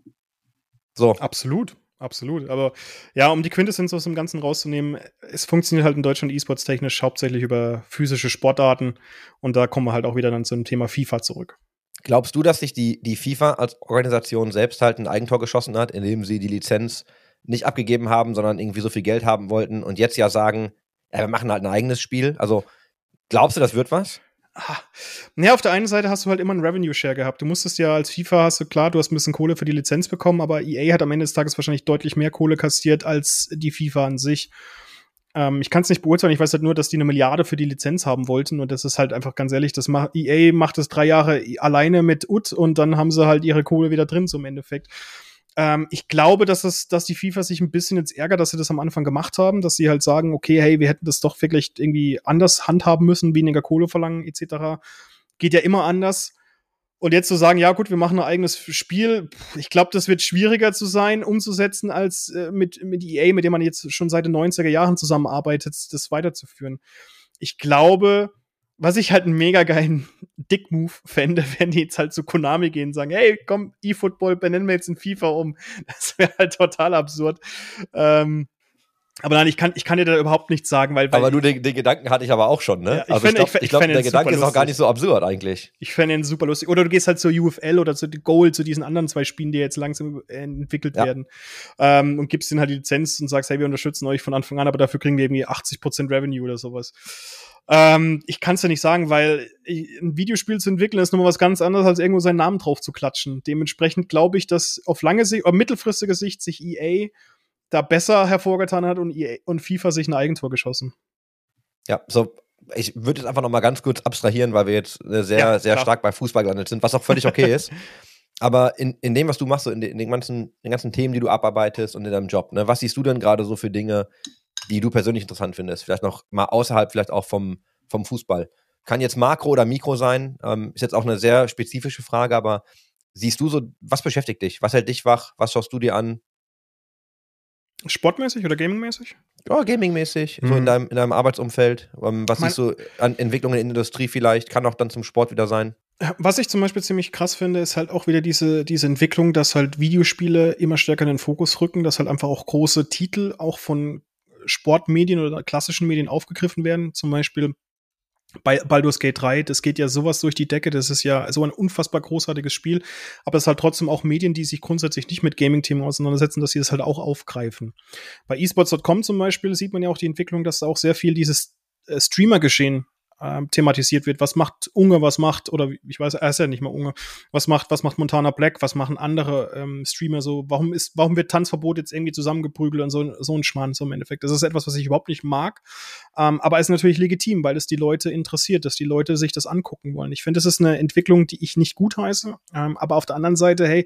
So. Absolut. Absolut, aber ja, um die Quintessenz aus dem Ganzen rauszunehmen, es funktioniert halt in Deutschland E-Sports technisch hauptsächlich über physische Sportarten und da kommen wir halt auch wieder dann zum Thema FIFA zurück. Glaubst du, dass sich die, die FIFA als Organisation selbst halt ein Eigentor geschossen hat, indem sie die Lizenz nicht abgegeben haben, sondern irgendwie so viel Geld haben wollten und jetzt ja sagen, ja, wir machen halt ein eigenes Spiel? Also glaubst du, das wird was? Ja, auf der einen Seite hast du halt immer einen Revenue-Share gehabt. Du musstest ja als FIFA, hast du klar, du hast ein bisschen Kohle für die Lizenz bekommen, aber E A hat am Ende des Tages wahrscheinlich deutlich mehr Kohle kassiert als die FIFA an sich. Ähm, ich kann es nicht beurteilen, ich weiß halt nur, dass die eine Milliarde für die Lizenz haben wollten und das ist halt einfach ganz ehrlich, das macht, E A macht das drei Jahre alleine mit U T und dann haben sie halt ihre Kohle wieder drin, so im Endeffekt. Ähm, ich glaube, dass, es, dass die FIFA sich ein bisschen jetzt ärgert, dass sie das am Anfang gemacht haben, dass sie halt sagen, okay, hey, wir hätten das doch wirklich irgendwie anders handhaben müssen, weniger Kohle verlangen et cetera. Geht ja immer anders. Und jetzt zu sagen, ja gut, wir machen ein eigenes Spiel, ich glaube, das wird schwieriger zu sein, umzusetzen, als äh, mit, mit E A, mit dem man jetzt schon seit den neunziger Jahren zusammenarbeitet, das weiterzuführen. Ich glaube, was ich halt einen mega geilen Dick-Move fände, wenn die jetzt halt zu Konami gehen und sagen, hey, komm, eFootball, benennen wir jetzt in FIFA um. Das wäre halt total absurd. Ähm, Aber nein, ich kann, ich kann dir da überhaupt nichts sagen, weil. weil aber du, den, den Gedanken hatte ich aber auch schon, ne? Ja, ich also fände, ich glaube, ich, ich glaub, fände der ihn Gedanke super ist auch gar lustig. nicht so absurd eigentlich. Ich fände ihn super lustig. Oder du gehst halt zur U F L oder zu Goal, zu diesen anderen zwei Spielen, die jetzt langsam entwickelt ja. werden. Ähm, und gibst denen halt die Lizenz und sagst, hey, wir unterstützen euch von Anfang an, aber dafür kriegen wir irgendwie achtzig Prozent Revenue oder sowas. Ähm, ich kann es ja nicht sagen, weil ein Videospiel zu entwickeln ist nochmal was ganz anderes, als irgendwo seinen Namen drauf zu klatschen. Dementsprechend glaube ich, dass auf lange Sicht, oder mittelfristige Sicht sich E A da besser hervorgetan hat und, E A, und FIFA sich ein Eigentor geschossen. Ja, so, ich würde jetzt einfach noch mal ganz kurz abstrahieren, weil wir jetzt sehr, ja, sehr stark bei Fußball gelandet sind, was auch völlig okay ist. Aber in, in dem, was du machst, so in, den, in den, ganzen, den ganzen Themen, die du abarbeitest und in deinem Job, ne, was siehst du denn gerade so für Dinge, die du persönlich interessant findest? Vielleicht noch mal außerhalb, vielleicht auch vom, vom Fußball. Kann jetzt Makro oder Mikro sein, ähm, ist jetzt auch eine sehr spezifische Frage, aber siehst du so, was beschäftigt dich? Was hält dich wach? Was schaust du dir an? Sportmäßig oder gamingmäßig? Ja, gamingmäßig, mhm. so in deinem, in deinem Arbeitsumfeld. Ähm, was mein, siehst du an Entwicklungen in der Industrie vielleicht? Kann auch dann zum Sport wieder sein. Was ich zum Beispiel ziemlich krass finde, ist halt auch wieder diese, diese Entwicklung, dass halt Videospiele immer stärker in den Fokus rücken, dass halt einfach auch große Titel auch von Sportmedien oder klassischen Medien aufgegriffen werden. Zum Beispiel bei Baldur's Gate drei, das geht ja sowas durch die Decke, das ist ja so ein unfassbar großartiges Spiel, aber es ist halt trotzdem auch Medien, die sich grundsätzlich nicht mit Gaming-Themen auseinandersetzen, dass sie das halt auch aufgreifen. Bei esports Punkt com zum Beispiel sieht man ja auch die Entwicklung, dass da auch sehr viel dieses äh, Streamer-Geschehen ähm, thematisiert wird. Was macht Unge, was macht, oder ich weiß, er ist ja nicht mal Unge, was macht, was macht Montana Black, was machen andere ähm, Streamer so, warum ist, warum wird Tanzverbot jetzt irgendwie zusammengeprügelt und so, so ein Schmarrn so im Endeffekt. Das ist etwas, was ich überhaupt nicht mag, ähm, aber ist natürlich legitim, weil es die Leute interessiert, dass die Leute sich das angucken wollen. Ich finde, das ist eine Entwicklung, die ich nicht gutheiße, ähm, aber auf der anderen Seite, hey,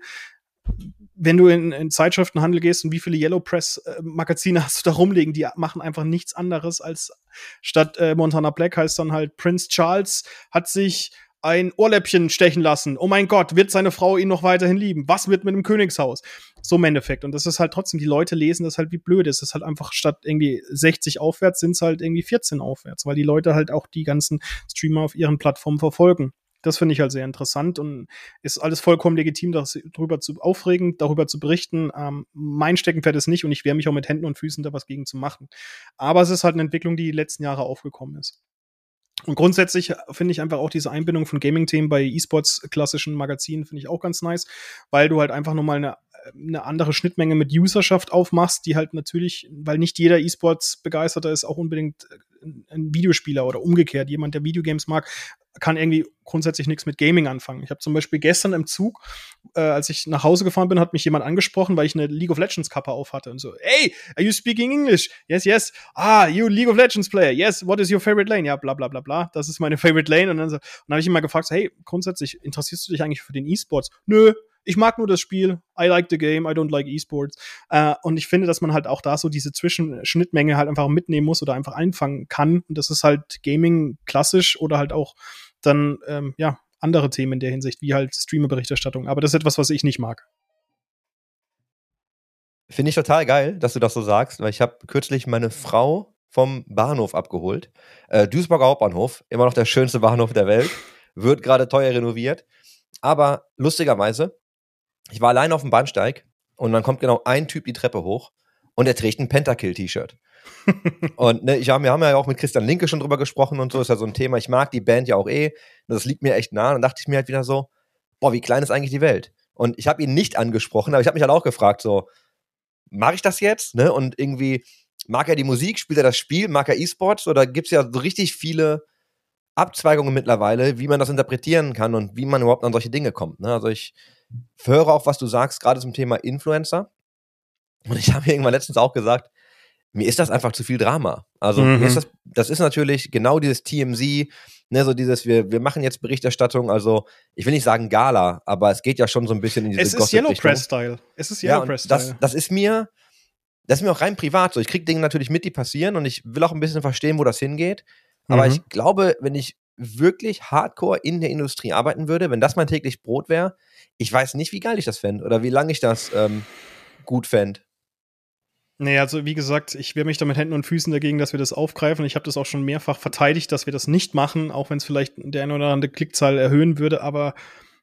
wenn du in, in Zeitschriftenhandel gehst und wie viele Yellow Press äh, Magazine hast du da rumliegen, die machen einfach nichts anderes als statt äh, Montana Black heißt dann halt Prince Charles hat sich ein Ohrläppchen stechen lassen. Oh mein Gott, wird seine Frau ihn noch weiterhin lieben? Was wird mit dem Königshaus? So im Endeffekt. Und das ist halt trotzdem, die Leute lesen das halt wie blöd. Es ist halt einfach statt irgendwie sechzig aufwärts sind es halt irgendwie vierzehn aufwärts, weil die Leute halt auch die ganzen Streamer auf ihren Plattformen verfolgen. Das finde ich halt sehr interessant und ist alles vollkommen legitim, darüber zu aufregen, darüber zu berichten. Ähm, mein Steckenpferd ist nicht und ich wehre mich auch mit Händen und Füßen da was gegen zu machen. Aber es ist halt eine Entwicklung, die die letzten Jahre aufgekommen ist. Und grundsätzlich finde ich einfach auch diese Einbindung von Gaming-Themen bei E-Sports-klassischen Magazinen finde ich auch ganz nice, weil du halt einfach nochmal eine eine andere Schnittmenge mit Userschaft aufmachst, die halt natürlich, weil nicht jeder E-Sports-Begeisterter ist, auch unbedingt ein Videospieler oder umgekehrt. Jemand, der Videogames mag, kann irgendwie grundsätzlich nichts mit Gaming anfangen. Ich habe zum Beispiel gestern im Zug, äh, als ich nach Hause gefahren bin, hat mich jemand angesprochen, weil ich eine League of Legends Kappe auf hatte und so, hey, are you speaking English? Yes, yes. Ah, you League of Legends Player. Yes, what is your favorite lane? Ja, bla bla bla bla. Das ist meine favorite lane. Und dann so, und dann habe ich ihn mal gefragt, so, hey, grundsätzlich interessierst du dich eigentlich für den E-Sports? Nö. Ich mag nur das Spiel. I like the game. I don't like E-Sports. Äh, und ich finde, dass man halt auch da so diese Zwischenschnittmenge halt einfach mitnehmen muss oder einfach einfangen kann. Und das ist halt Gaming klassisch oder halt auch dann, ähm, ja, andere Themen in der Hinsicht, wie halt Streamer-Berichterstattung. Aber das ist etwas, was ich nicht mag. Finde ich total geil, dass du das so sagst, weil ich habe kürzlich meine Frau vom Bahnhof abgeholt. Äh, Duisburger Hauptbahnhof, immer noch der schönste Bahnhof der Welt. Wird gerade teuer renoviert. Aber lustigerweise, ich war allein auf dem Bahnsteig und dann kommt genau ein Typ die Treppe hoch und er trägt ein Pentakill-T-Shirt. Und ne, ich hab, wir haben ja auch mit Christian Linke schon drüber gesprochen und so, ist ja so ein Thema. Ich mag die Band ja auch eh, das liegt mir echt nah. Und dann dachte ich mir halt wieder so, boah, wie klein ist eigentlich die Welt? Und ich habe ihn nicht angesprochen, aber ich habe mich halt auch gefragt, so, mache ich das jetzt? Ne? Und irgendwie, mag er die Musik, spielt er das Spiel, mag er E-Sports? Oder gibt es ja so richtig viele Abzweigungen mittlerweile, wie man das interpretieren kann und wie man überhaupt an solche Dinge kommt. Ne? Also ich höre auch, was du sagst, gerade zum Thema Influencer. Und ich habe irgendwann letztens auch gesagt, mir ist das einfach zu viel Drama. Also mhm. mir ist das, das ist natürlich genau dieses T M Z, ne, so dieses, wir, wir machen jetzt Berichterstattung, also ich will nicht sagen Gala, aber es geht ja schon so ein bisschen in diese Es ist Yellow Press-Style. Es ist Yellow ja, Press-Style. Das, das ist mir, das ist mir auch rein privat so. Ich kriege Dinge natürlich mit, die passieren und ich will auch ein bisschen verstehen, wo das hingeht. Aber mhm. ich glaube, wenn ich wirklich hardcore in der Industrie arbeiten würde, wenn das mein täglich Brot wäre, ich weiß nicht, wie geil ich das fände oder wie lange ich das ähm, gut fände. Nee, also wie gesagt, ich wehre mich da mit Händen und Füßen dagegen, dass wir das aufgreifen. Ich habe das auch schon mehrfach verteidigt, dass wir das nicht machen, auch wenn es vielleicht der eine oder andere Klickzahl erhöhen würde. Aber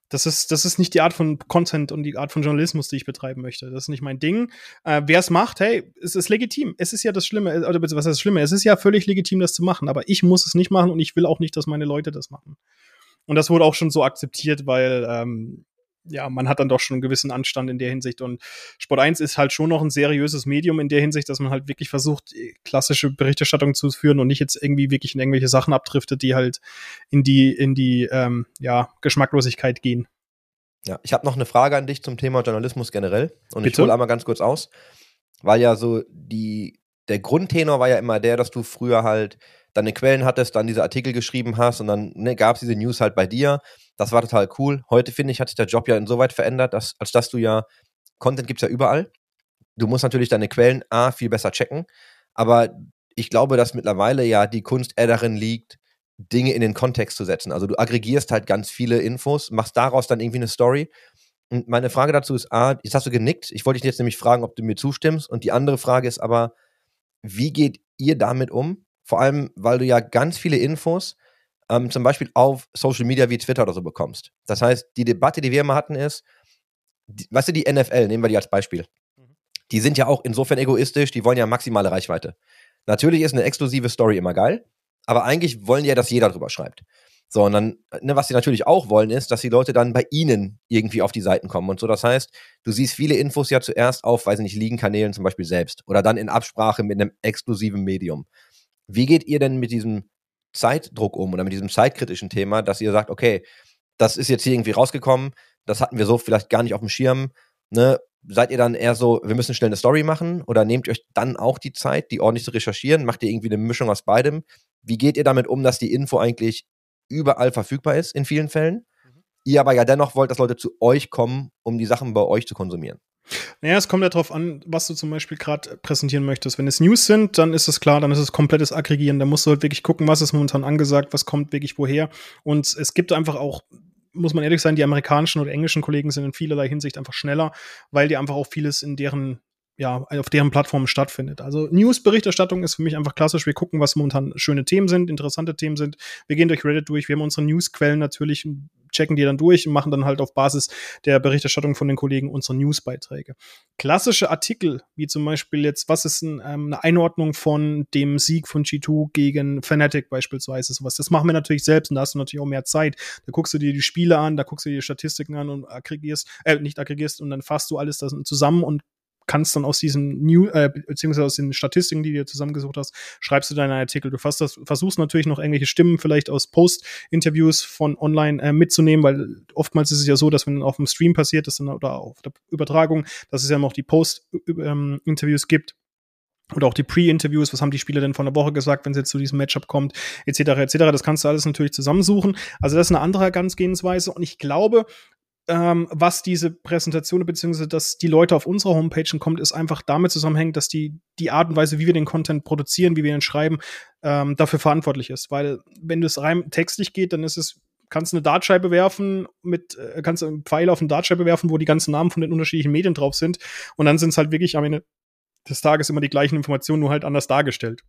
Das ist, das ist nicht die Art von Content und die Art von Journalismus, die ich betreiben möchte. Das ist nicht mein Ding. Äh, Wer es macht, hey, es ist legitim. Es ist ja das Schlimme, oder was heißt das Schlimme? Es ist ja völlig legitim, das zu machen. Aber ich muss es nicht machen und ich will auch nicht, dass meine Leute das machen. Und das wurde auch schon so akzeptiert, weil ähm, ja, man hat dann doch schon einen gewissen Anstand in der Hinsicht. Und Sport eins ist halt schon noch ein seriöses Medium in der Hinsicht, dass man halt wirklich versucht, klassische Berichterstattung zu führen und nicht jetzt irgendwie wirklich in irgendwelche Sachen abdriftet, die halt in die, in die ähm, ja, Geschmacklosigkeit gehen. Ja, ich habe noch eine Frage an dich zum Thema Journalismus generell. Und Bitte? ich hole einmal ganz kurz aus, weil ja so die, der Grundtenor war ja immer der, dass du früher halt deine Quellen hattest, dann diese Artikel geschrieben hast und dann ne, gab es diese News halt bei dir. Das war total cool. Heute, finde ich, hat sich der Job ja insoweit verändert, dass, als dass du ja, Content gibt's ja überall. Du musst natürlich deine Quellen A, viel besser checken, aber ich glaube, dass mittlerweile ja die Kunst eher darin liegt, Dinge in den Kontext zu setzen. Also du aggregierst halt ganz viele Infos, machst daraus dann irgendwie eine Story. Und meine Frage dazu ist A, jetzt hast du genickt, ich wollte dich jetzt nämlich fragen, ob du mir zustimmst, und die andere Frage ist aber, wie geht ihr damit um? Vor allem, weil du ja ganz viele Infos ähm, zum Beispiel auf Social Media wie Twitter oder so bekommst. Das heißt, die Debatte, die wir immer hatten, ist, die, weißt du, die N F L, nehmen wir die als Beispiel. Mhm. Die sind ja auch insofern egoistisch, die wollen ja maximale Reichweite. Natürlich ist eine exklusive Story immer geil, aber eigentlich wollen die ja, dass jeder drüber schreibt. So, und dann, ne, was sie natürlich auch wollen, ist, dass die Leute dann bei ihnen irgendwie auf die Seiten kommen und so. Das heißt, du siehst viele Infos ja zuerst auf, weiß ich nicht, Ligenkanälen zum Beispiel selbst oder dann in Absprache mit einem exklusiven Medium. Wie geht ihr denn mit diesem Zeitdruck um oder mit diesem zeitkritischen Thema, dass ihr sagt, okay, das ist jetzt hier irgendwie rausgekommen, das hatten wir so vielleicht gar nicht auf dem Schirm, ne? Seid ihr dann eher so, wir müssen schnell eine Story machen, oder nehmt ihr euch dann auch die Zeit, die ordentlich zu recherchieren? Macht ihr irgendwie eine Mischung aus beidem? Wie geht ihr damit um, dass die Info eigentlich überall verfügbar ist in vielen Fällen, mhm. ihr aber ja dennoch wollt, dass Leute zu euch kommen, um die Sachen bei euch zu konsumieren? Naja, es kommt ja darauf an, was du zum Beispiel gerade präsentieren möchtest. Wenn es News sind, dann ist es klar, dann ist es komplettes Aggregieren. Da musst du halt wirklich gucken, was ist momentan angesagt, was kommt wirklich woher. Und es gibt einfach auch, muss man ehrlich sein, die amerikanischen oder englischen Kollegen sind in vielerlei Hinsicht einfach schneller, weil die einfach auch vieles in deren ja, auf deren Plattformen stattfindet. Also News-Berichterstattung ist für mich einfach klassisch. Wir gucken, was momentan schöne Themen sind, interessante Themen sind. Wir gehen durch Reddit durch, wir haben unsere Newsquellen natürlich, checken die dann durch und machen dann halt auf Basis der Berichterstattung von den Kollegen unsere Newsbeiträge. Klassische Artikel, wie zum Beispiel jetzt, was ist ein, ähm, eine Einordnung von dem Sieg von G zwei gegen Fnatic beispielsweise, sowas. Das machen wir natürlich selbst und da hast du natürlich auch mehr Zeit. Da guckst du dir die Spiele an, da guckst du dir die Statistiken an und aggregierst, äh, nicht aggregierst und dann fasst du alles das zusammen und kannst dann aus diesen New, äh, beziehungsweise aus den Statistiken, die du dir zusammengesucht hast, schreibst du deinen Artikel. Du fasst das, versuchst natürlich noch irgendwelche Stimmen vielleicht aus Post-Interviews von online äh, mitzunehmen, weil oftmals ist es ja so, dass wenn auf dem Stream passiert ist oder auf der Übertragung, dass es ja noch die Post-Interviews gibt. Oder auch die Pre-Interviews, was haben die Spieler denn von der Woche gesagt, wenn es jetzt zu diesem Matchup kommt, et cetera et cetera. Das kannst du alles natürlich zusammensuchen. Also das ist eine andere Herangehensweise und ich glaube, Ähm, was diese Präsentation beziehungsweise dass die Leute auf unserer Homepage kommt, ist einfach damit zusammenhängt, dass die die Art und Weise, wie wir den Content produzieren, wie wir ihn schreiben, ähm, dafür verantwortlich ist. Weil wenn es rein textlich geht, dann ist es, kannst du eine Dartscheibe werfen, mit äh, kannst du einen Pfeil auf eine Dartscheibe werfen, wo die ganzen Namen von den unterschiedlichen Medien drauf sind und dann sind es halt wirklich am Ende des Tages immer die gleichen Informationen, nur halt anders dargestellt.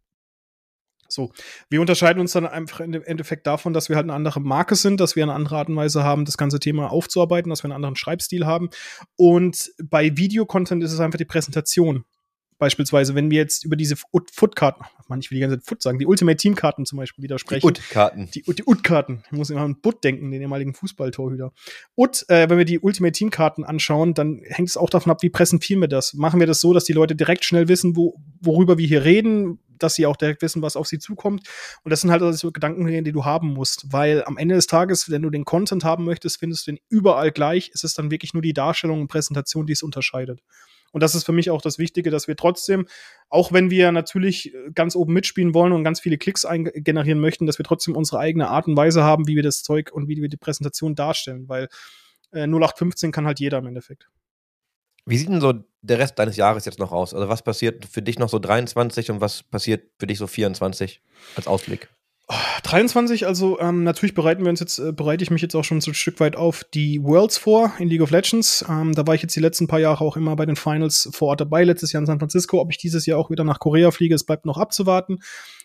So, wir unterscheiden uns dann einfach im Endeffekt davon, dass wir halt eine andere Marke sind, dass wir eine andere Art und Weise haben, das ganze Thema aufzuarbeiten, dass wir einen anderen Schreibstil haben. Und bei Videocontent ist es einfach die Präsentation. Beispielsweise, wenn wir jetzt über diese Foot-Karten, Mann, ich will die ganze Zeit Foot sagen, die Ultimate-Team-Karten zum Beispiel wieder sprechen. Die U T-Karten. Die, die U T-Karten. Ich muss immer an Butt denken, den ehemaligen Fußballtorhüter. Und äh, wenn wir die Ultimate-Team-Karten anschauen, dann hängt es auch davon ab, wie präsentieren wir das. Machen wir das so, dass die Leute direkt schnell wissen, wo, worüber wir hier reden, dass sie auch direkt wissen, was auf sie zukommt. Und das sind halt also Gedanken, die du haben musst. Weil am Ende des Tages, wenn du den Content haben möchtest, findest du den überall gleich. Es ist dann wirklich nur die Darstellung und Präsentation, die es unterscheidet. Und das ist für mich auch das Wichtige, dass wir trotzdem, auch wenn wir natürlich ganz oben mitspielen wollen und ganz viele Klicks generieren möchten, dass wir trotzdem unsere eigene Art und Weise haben, wie wir das Zeug und wie wir die Präsentation darstellen. Weil äh, null acht fünfzehn kann halt jeder im Endeffekt. Wie sieht denn so der Rest deines Jahres jetzt noch aus? Also was passiert für dich noch so dreiundzwanzig und was passiert für dich so vierundzwanzig als Ausblick? dreiundzwanzig, also ähm, natürlich bereiten wir uns jetzt, äh, bereite ich mich jetzt auch schon so ein Stück weit auf die Worlds vor in League of Legends. Ähm, da war ich jetzt die letzten paar Jahre auch immer bei den Finals vor Ort dabei, letztes Jahr in San Francisco. Ob ich dieses Jahr auch wieder nach Korea fliege, es bleibt noch abzuwarten.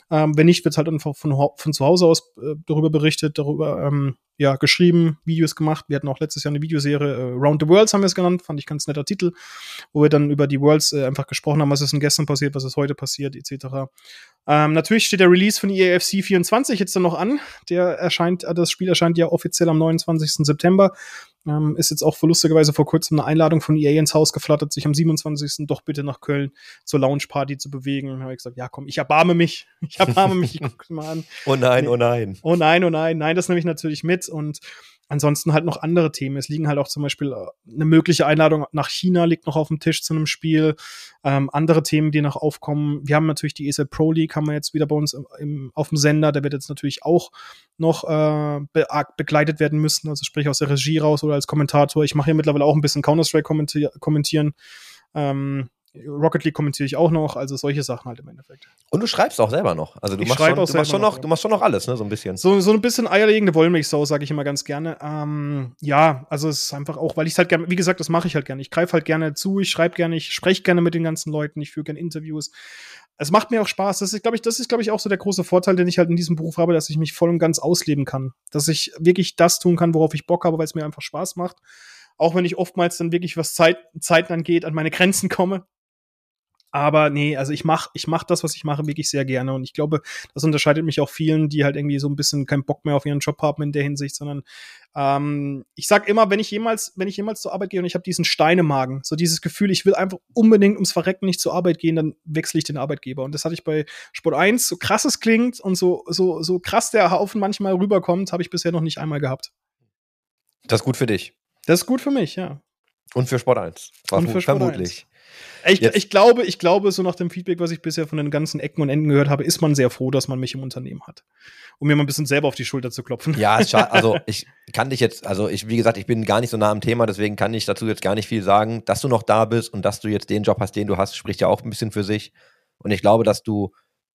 Ähm, wenn nicht, wird halt einfach von, von zu Hause aus äh, darüber berichtet, darüber ähm, ja, geschrieben, Videos gemacht. Wir hatten auch letztes Jahr eine Videoserie, äh, Round the Worlds haben wir es genannt, fand ich ganz netter Titel, wo wir dann über die Worlds äh, einfach gesprochen haben, was ist denn gestern passiert, was ist heute passiert, et cetera. Ähm, natürlich steht der Release von E A F C vierundzwanzig jetzt dann noch an. Der erscheint, das Spiel erscheint ja offiziell am neunundzwanzigsten September. Ähm, ist jetzt auch lustigerweise vor kurzem eine Einladung von E A ins Haus geflattert, sich am siebenundzwanzigsten doch bitte nach Köln zur Launchparty zu bewegen. Da habe ich gesagt, ja komm, ich erbarme mich. Ich erbarme mich, ich guck's mal an. Oh nein, oh nein. Oh nein, oh nein. Nein, das nehme ich natürlich mit. Und ansonsten halt noch andere Themen. Es liegen halt auch zum Beispiel eine mögliche Einladung nach China liegt noch auf dem Tisch zu einem Spiel. Ähm, andere Themen, die noch aufkommen. Wir haben natürlich die E S L Pro League, haben wir jetzt wieder bei uns im, im, auf dem Sender. Der wird jetzt natürlich auch noch äh, be- begleitet werden müssen. Also sprich aus der Regie raus oder als Kommentator. Ich mache hier mittlerweile auch ein bisschen Counter-Strike kommentier- kommentieren. Ähm, Rocket League kommentiere ich auch noch, also solche Sachen halt im Endeffekt. Und du schreibst auch selber noch. Also du Ich machst schreibe schon, auch du machst schon selber noch, noch, du machst schon noch alles, ne, so ein bisschen. So, so ein bisschen eierlegende Wollmilchsau, sage ich immer ganz gerne. Ähm, ja, also es ist einfach auch, weil ich es halt gerne, wie gesagt, das mache ich halt gerne. Ich greife halt gerne zu, ich schreibe gerne, ich spreche gerne mit den ganzen Leuten, ich führe gerne Interviews. Es macht mir auch Spaß. Das ist, glaube ich, das ist, glaube ich, auch so der große Vorteil, den ich halt in diesem Beruf habe, dass ich mich voll und ganz ausleben kann. Dass ich wirklich das tun kann, worauf ich Bock habe, weil es mir einfach Spaß macht. Auch wenn ich oftmals dann wirklich, was Zeit, Zeiten angeht, an meine Grenzen komme. Aber nee, also ich mach, ich mach das, was ich mache, wirklich sehr gerne. Und ich glaube, das unterscheidet mich auch vielen, die halt irgendwie so ein bisschen keinen Bock mehr auf ihren Job haben in der Hinsicht, sondern ähm, ich sag immer, wenn ich jemals, wenn ich jemals zur Arbeit gehe und ich habe diesen Stein im Magen, so dieses Gefühl, ich will einfach unbedingt ums Verrecken nicht zur Arbeit gehen, dann wechsle ich den Arbeitgeber. Und das hatte ich bei Sport eins, so krass es klingt und so, so, so krass der Haufen manchmal rüberkommt, habe ich bisher noch nicht einmal gehabt. Das ist gut für dich. Das ist gut für mich, ja. Und für Sport eins. Und für Sport vermutlich. Ich, ich glaube, ich glaube, so nach dem Feedback, was ich bisher von den ganzen Ecken und Enden gehört habe, ist man sehr froh, dass man mich im Unternehmen hat. Um mir mal ein bisschen selber auf die Schulter zu klopfen. Ja, ist schade. Also ich kann dich jetzt, also ich, wie gesagt, ich bin gar nicht so nah am Thema, deswegen kann ich dazu jetzt gar nicht viel sagen. Dass du noch da bist und dass du jetzt den Job hast, den du hast, spricht ja auch ein bisschen für sich. Und ich glaube, dass du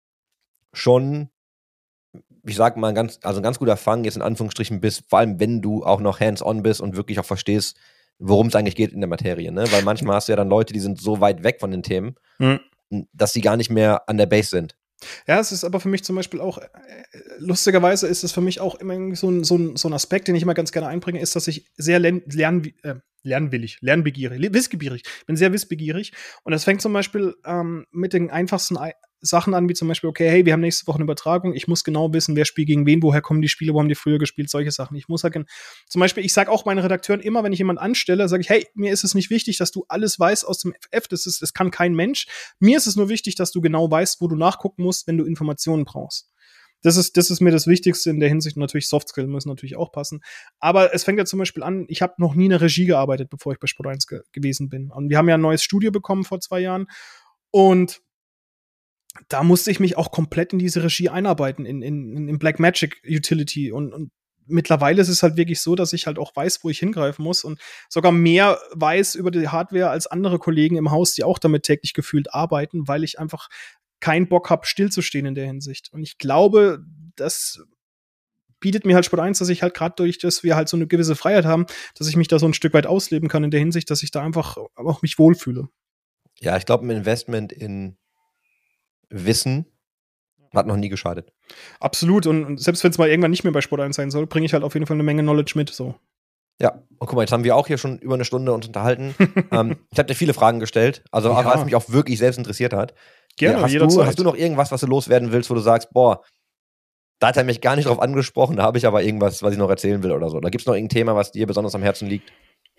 schon, ich sag mal, ein ganz, also ein ganz guter Fang jetzt in Anführungsstrichen bist, vor allem wenn du auch noch hands-on bist und wirklich auch verstehst, worum es eigentlich geht in der Materie, ne? Weil manchmal hast du ja dann Leute, die sind so weit weg von den Themen, mhm. dass sie gar nicht mehr an der Base sind. Ja, es ist aber für mich zum Beispiel auch, äh, lustigerweise ist es für mich auch immer irgendwie so ein, so, ein, so ein Aspekt, den ich immer ganz gerne einbringe, ist, dass ich sehr lern, lern, äh, lernwillig, lernbegierig, wissbegierig, bin sehr wissbegierig. Und das fängt zum Beispiel ähm, mit den einfachsten I- Sachen an, wie zum Beispiel, okay, hey, wir haben nächste Woche eine Übertragung, ich muss genau wissen, wer spielt gegen wen, woher kommen die Spiele, wo haben die früher gespielt, solche Sachen. Ich muss halt, zum Beispiel, ich sage auch meinen Redakteuren immer, wenn ich jemanden anstelle, sage ich, hey, mir ist es nicht wichtig, dass du alles weißt aus dem F F, das ist, das kann kein Mensch. Mir ist es nur wichtig, dass du genau weißt, wo du nachgucken musst, wenn du Informationen brauchst. Das ist, das ist mir das Wichtigste in der Hinsicht. Und natürlich Softskill müssen natürlich auch passen. Aber es fängt ja zum Beispiel an, ich habe noch nie in der Regie gearbeitet, bevor ich bei Sport eins ge- gewesen bin. Und wir haben ja ein neues Studio bekommen vor zwei Jahren. Und da musste ich mich auch komplett in diese Regie einarbeiten, in, in, in Blackmagic Utility. Und, und mittlerweile ist es halt wirklich so, dass ich halt auch weiß, wo ich hingreifen muss und sogar mehr weiß über die Hardware als andere Kollegen im Haus, die auch damit täglich gefühlt arbeiten, weil ich einfach keinen Bock habe, stillzustehen in der Hinsicht. Und ich glaube, das bietet mir halt Sport eins, dass ich halt gerade durch, dass wir halt so eine gewisse Freiheit haben, dass ich mich da so ein Stück weit ausleben kann in der Hinsicht, dass ich da einfach auch mich wohlfühle. Ja, ich glaube, ein Investment in Wissen hat noch nie geschadet. Absolut. Und selbst wenn es mal irgendwann nicht mehr bei Sport eins sein soll, bringe ich halt auf jeden Fall eine Menge Knowledge mit. So. Ja, und guck mal, jetzt haben wir auch hier schon über eine Stunde uns unterhalten. ähm, ich habe dir viele Fragen gestellt, also Ja. was mich auch wirklich selbst interessiert hat. Gerne, ja, hast, du, hast du noch irgendwas, was du loswerden willst, wo du sagst, boah, da hat er mich gar nicht drauf angesprochen, da habe ich aber irgendwas, was ich noch erzählen will oder so. Da gibt es noch irgendein Thema, was dir besonders am Herzen liegt?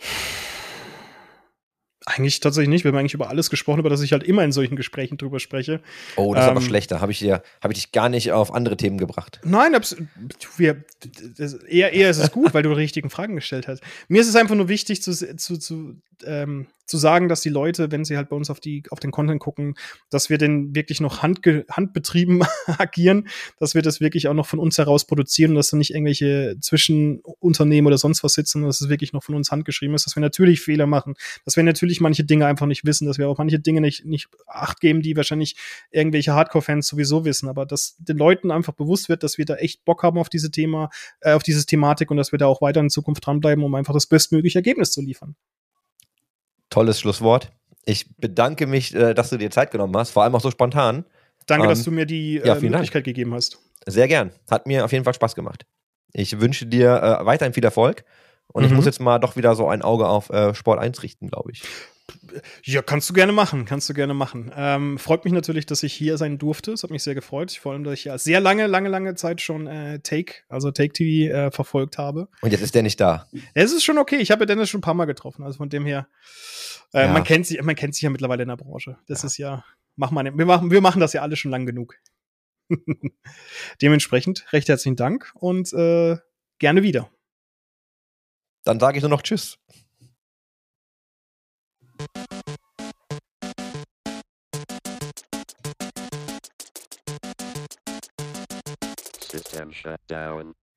Eigentlich tatsächlich nicht. Wir haben eigentlich über alles gesprochen, über das ich halt immer in solchen Gesprächen drüber spreche. Oh, das ist Ähm, aber schlechter. Habe ich, dir- hab ich dich gar nicht auf andere Themen gebracht. Nein, abs- wir, das, eher, eher ist es gut, weil du die richtigen Fragen gestellt hast. Mir ist es einfach nur wichtig zu, zu, zu, ähm, zu sagen, dass die Leute, wenn sie halt bei uns auf, die, auf den Content gucken, dass wir den wirklich noch handge, handbetrieben agieren, dass wir das wirklich auch noch von uns heraus produzieren und dass da nicht irgendwelche Zwischenunternehmen oder sonst was sitzen, dass es wirklich noch von uns handgeschrieben ist, dass wir natürlich Fehler machen, dass wir natürlich manche Dinge einfach nicht wissen, dass wir auch manche Dinge nicht, nicht Acht geben, die wahrscheinlich irgendwelche Hardcore-Fans sowieso wissen, aber dass den Leuten einfach bewusst wird, dass wir da echt Bock haben auf diese Thema, äh, auf diese Thematik und dass wir da auch weiter in Zukunft dranbleiben, um einfach das bestmögliche Ergebnis zu liefern. Tolles Schlusswort. Ich bedanke mich, äh, dass du dir Zeit genommen hast, vor allem auch so spontan. danke, Ähm, dass du mir die ja, äh, vielen Dank. Möglichkeit gegeben hast. Sehr gern. Hat mir auf jeden Fall Spaß gemacht. Ich wünsche dir äh, weiterhin viel Erfolg. Und ich Mhm. muss jetzt mal doch wieder so ein Auge auf äh, Sport eins richten, glaube ich. Ja, kannst du gerne machen, kannst du gerne machen. Ähm, freut mich natürlich, dass ich hier sein durfte. Es hat mich sehr gefreut. Vor allem, dass ich ja sehr lange, lange, lange Zeit schon äh, Take, also Take T V äh, verfolgt habe. Und jetzt ist der nicht da. Es ist schon okay. Ich habe Dennis schon ein paar Mal getroffen. Also von dem her, äh, Ja. man kennt sich, man kennt sich ja mittlerweile in der Branche. Das Ja. ist ja, mach mal, wir machen, wir machen das ja alle schon lang genug. Dementsprechend recht herzlichen Dank und äh, gerne wieder. Dann sage ich nur noch Tschüss. System shut down.